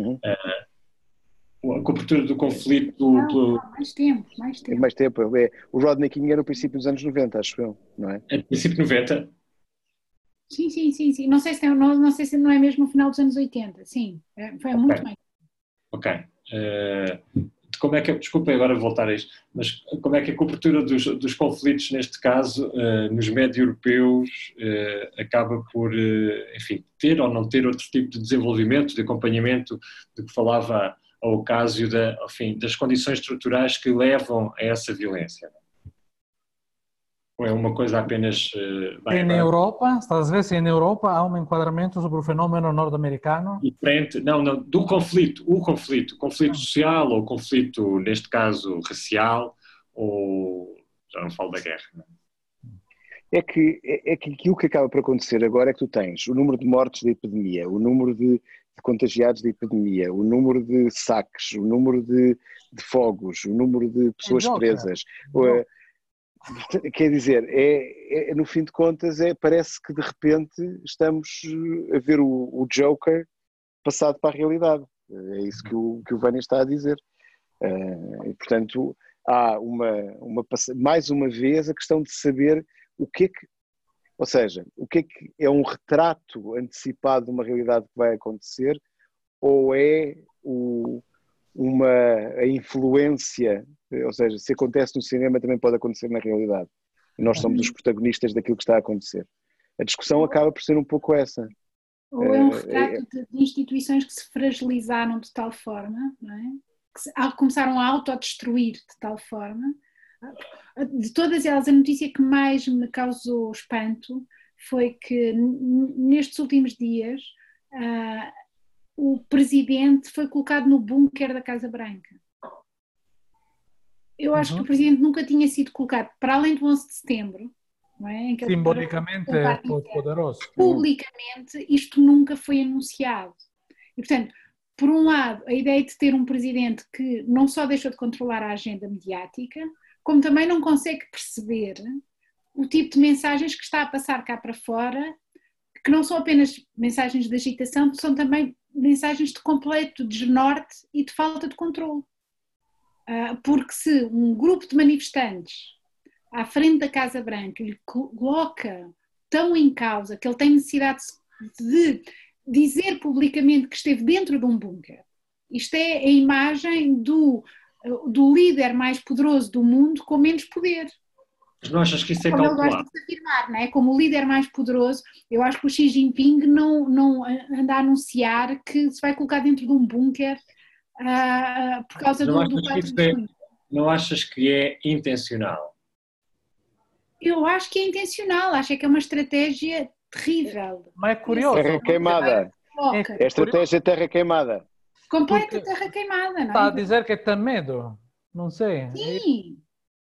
S1: A cobertura do conflito...
S3: Mais tempo.
S6: Mais tempo. O Rodney King era no princípio dos anos 90, acho eu, não é?
S1: É princípio de 90?
S3: Sim. Não sei se não é mesmo no final dos anos 80, sim. Foi muito mais.
S1: Ok. Como é que, desculpa agora voltar a isto, mas como é que a cobertura dos conflitos, neste caso, nos médios europeus, acaba por, enfim, ter ou não ter outro tipo de desenvolvimento, de acompanhamento, de que falava a Ocasio, das condições estruturais que levam a essa violência? Ou é uma coisa apenas...
S7: na Europa, estás a ver se na Europa há um enquadramento sobre o fenómeno norte-americano?
S1: Diferente, não, do conflito, o conflito social ou o conflito, neste caso, racial, ou já não falo da guerra. Não?
S6: É que aquilo que acaba por acontecer agora é que tu tens o número de mortes da epidemia, o número de contagiados da epidemia, o número de saques, o número de fogos, o número de pessoas presas. Quer dizer, no fim de contas, parece que de repente estamos a ver o Joker passado para a realidade. É isso que o Vânia está a dizer. E, portanto, há mais uma vez a questão de saber o que é que, ou seja, o que é um retrato antecipado de uma realidade que vai acontecer, ou é a influência, ou seja, se acontece no cinema também pode acontecer na realidade. E nós somos os protagonistas daquilo que está a acontecer. A discussão acaba por ser um pouco essa.
S3: Ou é um retrato de instituições que se fragilizaram de tal forma, não é? Que começaram a autodestruir de tal forma. De todas elas, a notícia que mais me causou espanto foi que nestes últimos dias o presidente foi colocado no bunker da Casa Branca. Eu acho que o presidente nunca tinha sido colocado, para além do 11 de setembro, não é? Em que
S7: simbolicamente é poderoso.
S3: Publicamente, isto nunca foi anunciado. E, portanto, por um lado, a ideia de ter um presidente que não só deixou de controlar a agenda mediática, como também não consegue perceber o tipo de mensagens que está a passar cá para fora, que não são apenas mensagens de agitação, são também mensagens de completo desnorte e de falta de controle. Porque se um grupo de manifestantes à frente da Casa Branca lhe coloca tão em causa que ele tem necessidade de dizer publicamente que esteve dentro de um bunker, isto é a imagem do líder mais poderoso do mundo com menos poder.
S1: Mas não achas que isso é
S3: calculado?
S1: Como
S3: ele gosta de se afirmar, não é? Como o líder mais poderoso, eu acho que o Xi Jinping não anda a anunciar que se vai colocar dentro de um bunker por causa do 4 de junho.
S1: Não achas que é intencional?
S3: Eu acho que é intencional, acho que é uma estratégia terrível.
S7: Mas é curioso.
S6: Terra queimada. É a estratégia terra queimada.
S3: Completa terra queimada, não é?
S7: Está a dizer que tem medo? Não sei.
S3: Sim.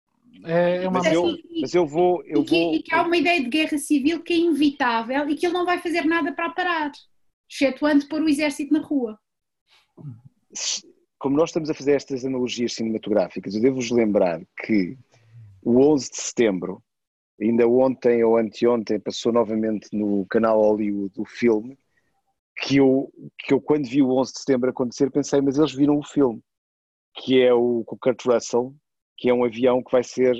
S6: Mas eu vou...
S3: E que há uma ideia de guerra civil que é inevitável e que ele não vai fazer nada para parar, excetuando pôr o exército na rua.
S6: Como nós estamos a fazer estas analogias cinematográficas, eu devo-vos lembrar que o 11 de setembro Ainda ontem ou anteontem passou novamente no canal Hollywood o filme, que eu quando vi o 11 de setembro acontecer pensei, mas eles viram o filme, que é com o Kurt Russell, que é um avião que vai ser,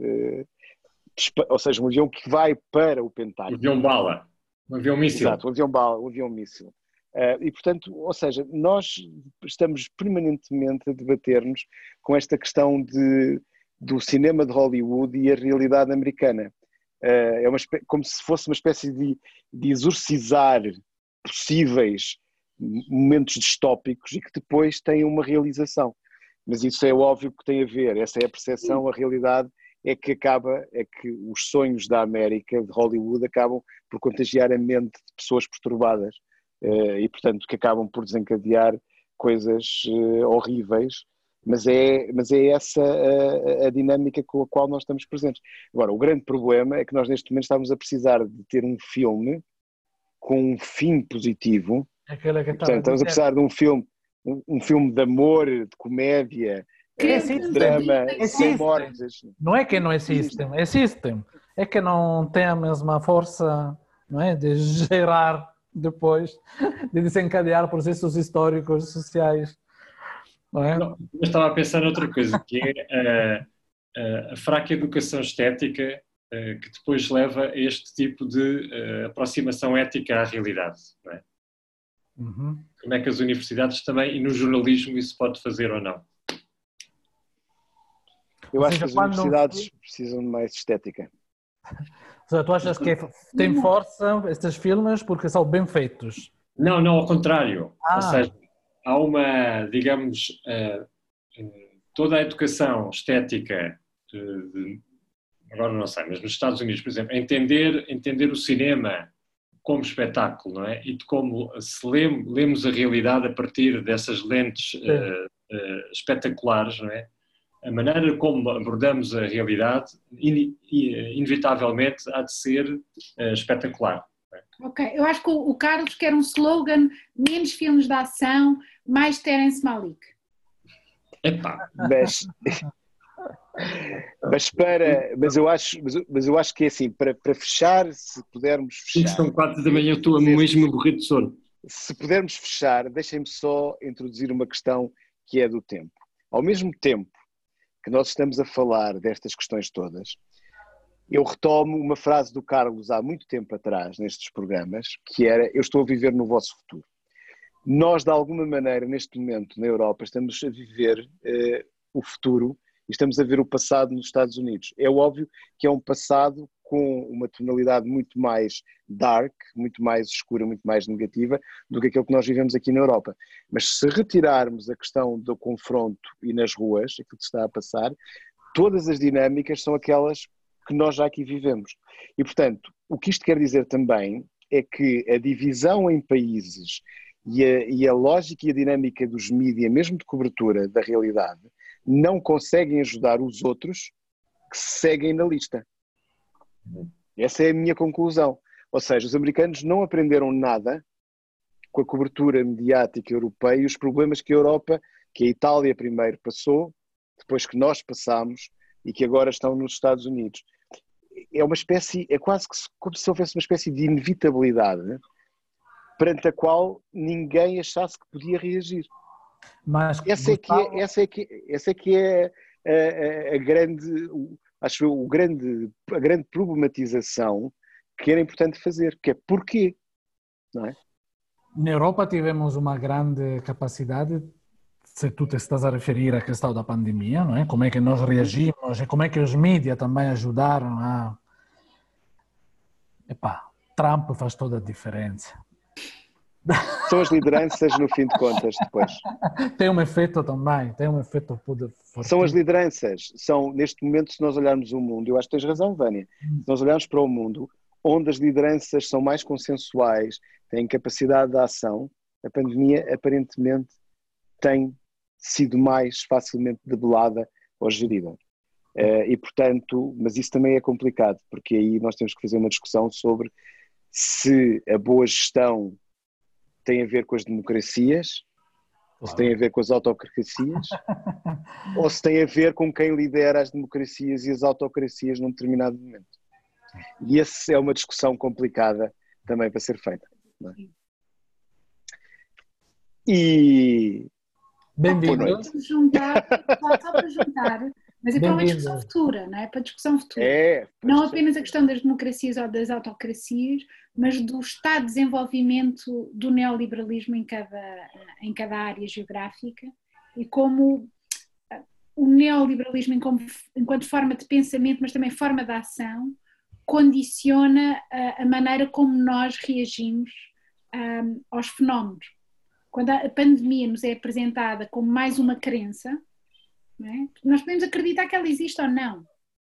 S6: ou seja, um avião que vai para o Pentágono.
S1: Um avião bala, um avião míssil.
S6: Exato, um avião bala, um avião míssil. E portanto, ou seja, nós estamos permanentemente a debater-nos com esta questão do cinema de Hollywood e a realidade americana. É como se fosse uma espécie de exorcizar possíveis momentos distópicos e que depois têm uma realização. Mas isso é óbvio que tem a ver, essa é a percepção, a realidade é que os sonhos da América, de Hollywood, acabam por contagiar a mente de pessoas perturbadas e, portanto, que acabam por desencadear coisas horríveis. Mas é essa a dinâmica com a qual nós estamos presentes. Agora, o grande problema é que nós neste momento estamos a precisar de ter um filme com um fim positivo. Portanto, estamos a precisar de um filme de amor, de comédia, de drama, sem mortes.
S7: Não é que não existem, existem. É que não tem a mesma força, não é, de gerar depois, de desencadear processos históricos, sociais. Não é?
S1: Não, eu estava a pensar noutra coisa, que é a fraca educação estética que depois leva a este tipo de aproximação ética à realidade. Não é?
S7: Uhum.
S1: Como é que as universidades também, e no jornalismo, isso pode fazer ou não?
S6: Eu acho que as universidades precisam de mais estética.
S7: Ou seja, tu achas que tem força estes filmes porque são bem feitos?
S1: Não, ao contrário. Ou seja, há uma, digamos, toda a educação estética, agora não sei, mas nos Estados Unidos, por exemplo, entender o cinema como espetáculo, não é? E de como se lemos a realidade a partir dessas lentes espetaculares, não é? A maneira como abordamos a realidade, inevitavelmente, há de ser espetacular.
S3: Ok, eu acho que o Carlos quer um slogan: menos filmes de ação, mais Terence Malick.
S1: Epá.
S6: Mas eu acho que é assim, para fechar, se pudermos fechar.
S1: São 4 da manhã, eu estou mesmo a morrer de sono.
S6: Se pudermos fechar, deixem-me só introduzir uma questão que é do tempo. Ao mesmo tempo que nós estamos a falar destas questões todas, eu retomo uma frase do Carlos há muito tempo atrás, nestes programas, que era: eu estou a viver no vosso futuro. Nós, de alguma maneira, neste momento, na Europa, estamos a viver o futuro e estamos a ver o passado nos Estados Unidos. É óbvio que é um passado com uma tonalidade muito mais dark, muito mais escura, muito mais negativa do que aquilo que nós vivemos aqui na Europa. Mas se retirarmos a questão do confronto e nas ruas, aquilo que está a passar, todas as dinâmicas são aquelas que nós já aqui vivemos. E, portanto, o que isto quer dizer também é que a divisão em países e a lógica e a dinâmica dos mídias, mesmo de cobertura da realidade, não conseguem ajudar os outros que se seguem na lista. Essa é a minha conclusão. Ou seja, os americanos não aprenderam nada com a cobertura mediática europeia e os problemas que a Europa, que a Itália primeiro passou, depois que nós passámos e que agora estão nos Estados Unidos. É uma espécie, é quase como se houvesse uma espécie de inevitabilidade perante a qual ninguém achasse que podia reagir.
S7: Mas
S6: essa é que é a grande, acho eu, a grande problematização que era importante fazer, que é porquê, não é?
S7: Na Europa tivemos uma grande capacidade, se tu te estás a referir à questão da pandemia, não é? Como é que nós reagimos e como é que os mídias também ajudaram a... Trump faz toda a diferença.
S6: São as lideranças, no fim de contas, depois.
S7: Tem um efeito também, tem um efeito forte.
S6: São as lideranças, neste momento, se nós olharmos o mundo, eu acho que tens razão, Vânia, se nós olharmos para o mundo, onde as lideranças são mais consensuais, têm capacidade de ação, a pandemia aparentemente tem sido mais facilmente debelada ou gerida. E portanto, mas isso também é complicado, porque aí nós temos que fazer uma discussão sobre se a boa gestão tem a ver com as democracias, ou se tem a ver com as autocracias, ou se tem a ver com quem lidera as democracias e as autocracias num determinado momento. E essa é uma discussão complicada também para ser feita. Não é? E...
S7: Bem-vindo.
S3: Só para juntar, mas é para uma discussão futura, não é? Para discussão futura. Não apenas a questão das democracias ou das autocracias, mas do estado de desenvolvimento do neoliberalismo em cada área geográfica e como o neoliberalismo enquanto forma de pensamento, mas também forma de ação, condiciona a maneira como nós reagimos aos fenómenos. Quando a pandemia nos é apresentada como mais uma crença, não é? Nós podemos acreditar que ela existe ou não.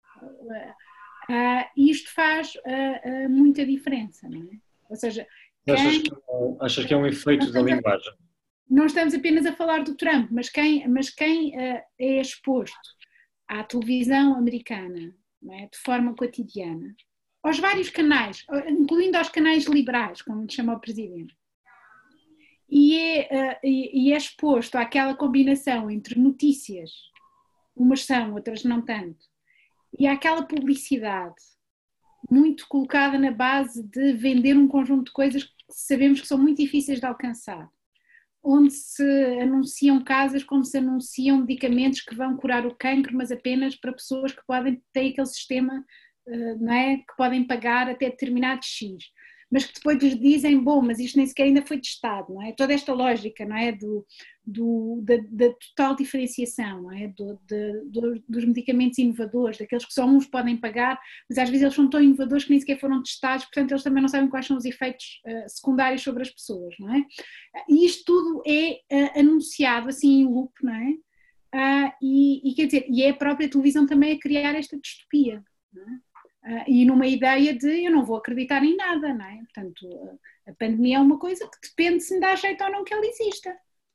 S3: Isto faz muita diferença, não é? Ou seja,
S1: achas que é um efeito da linguagem?
S3: Não estamos apenas a falar do Trump, mas quem é exposto à televisão americana, não é? De forma cotidiana, aos vários canais, incluindo aos canais liberais, como lhe chama o Presidente, e é exposto àquela combinação entre notícias, umas são, outras não tanto, e àquela publicidade muito colocada na base de vender um conjunto de coisas que sabemos que são muito difíceis de alcançar, onde se anunciam casas como se anunciam medicamentos que vão curar o cancro, mas apenas para pessoas que podem ter aquele sistema, não é? Que podem pagar até determinado X. Mas que depois lhes dizem, bom, mas isto nem sequer ainda foi testado, não é? Toda esta lógica, não é? Da total diferenciação, não é? Dos medicamentos inovadores, daqueles que só uns podem pagar, mas às vezes eles são tão inovadores que nem sequer foram testados, portanto eles também não sabem quais são os efeitos secundários sobre as pessoas, não é? E isto tudo é anunciado assim em loop, não é? E quer dizer, e é a própria televisão também a criar esta distopia, não é? E numa ideia de eu não vou acreditar em nada, não é? Portanto, a pandemia é uma coisa que depende se me dá jeito ou não que ela exista.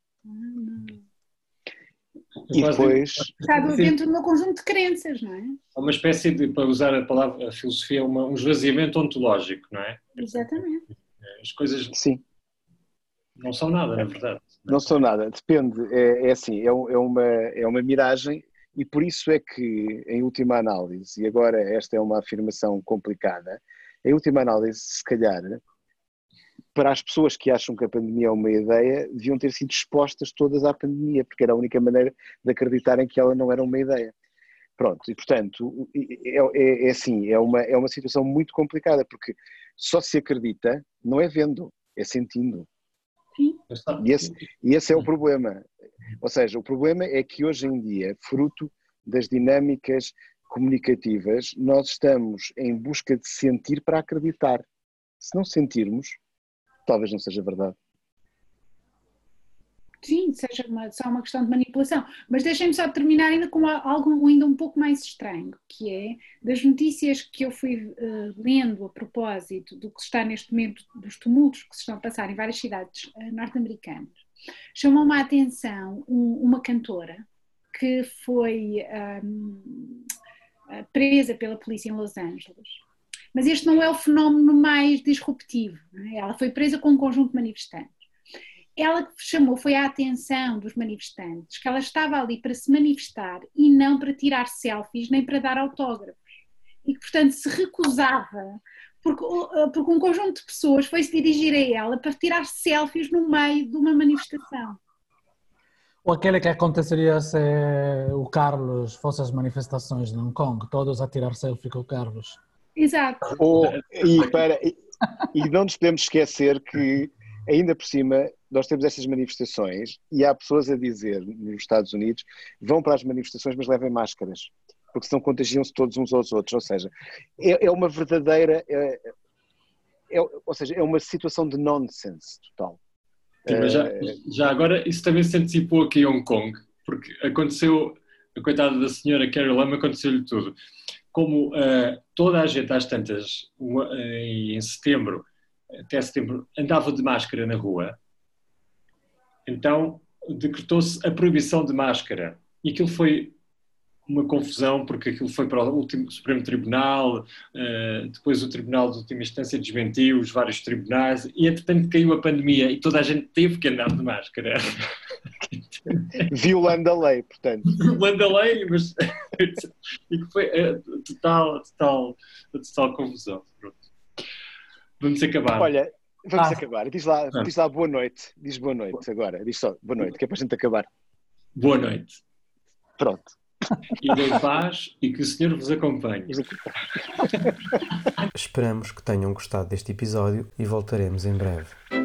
S6: E depois...
S3: Está dentro do meu conjunto de crenças, não é?
S1: É uma espécie de, para usar a palavra, a filosofia, um esvaziamento ontológico, não é?
S3: Exatamente.
S1: As coisas não são nada, na verdade.
S6: Não são nada, depende, é assim, é uma miragem. E por isso é que, em última análise, e agora esta é uma afirmação complicada, em última análise, se calhar, para as pessoas que acham que a pandemia é uma ideia, deviam ter sido expostas todas à pandemia, porque era a única maneira de acreditarem que ela não era uma ideia. Pronto, e portanto, é assim, é uma situação muito complicada, porque só se acredita, não é vendo, é sentindo.
S3: Sim.
S6: E esse é o problema. Ou seja, o problema é que hoje em dia, fruto das dinâmicas comunicativas, nós estamos em busca de sentir para acreditar. Se não sentirmos, talvez não seja verdade.
S3: Sim, seja só uma questão de manipulação. Mas deixem-me só terminar ainda com algo ainda um pouco mais estranho, que é das notícias que eu fui lendo a propósito do que está neste momento, dos tumultos que se estão a passar em várias cidades norte-americanas. Chamou-me a atenção uma cantora que foi presa pela polícia em Los Angeles. Mas este não é o fenómeno mais disruptivo, não é? Ela foi presa com um conjunto de manifestantes. Ela que chamou foi a atenção dos manifestantes, que ela estava ali para se manifestar e não para tirar selfies nem para dar autógrafos. E que, portanto, se recusava, porque um conjunto de pessoas foi se dirigir a ela para tirar selfies no meio de uma manifestação.
S7: Ou aquele que aconteceria se o Carlos fosse às manifestações de Hong Kong, todos a tirar selfie com o Carlos.
S3: Exato.
S6: E não nos podemos esquecer que, ainda por cima, nós temos estas manifestações e há pessoas a dizer nos Estados Unidos, vão para as manifestações mas levem máscaras, porque senão contagiam-se todos uns aos outros. Ou seja, é uma verdadeira, ou seja, é uma situação de nonsense total.
S1: Sim, mas já agora isso também se antecipou aqui em Hong Kong, porque aconteceu, a coitada da senhora Carrie Lam, aconteceu-lhe tudo. Como toda a gente às tantas, em setembro, até setembro, andava de máscara na rua, então decretou-se a proibição de máscara. E aquilo foi uma confusão, porque aquilo foi para o último Supremo Tribunal, depois o Tribunal de Última Instância desmentiu os vários tribunais, e entretanto caiu a pandemia e toda a gente teve que andar de máscara.
S6: Violando a lei, portanto.
S1: Violando a lei, mas e que foi total confusão. Pronto. Vamos acabar.
S6: Olha, vamos acabar. Diz lá boa noite. Diz boa noite agora. Diz só boa noite, que é para a gente acabar.
S1: Boa noite.
S6: Pronto.
S1: E em paz e que o Senhor vos acompanhe.
S11: Esperamos que tenham gostado deste episódio e voltaremos em breve.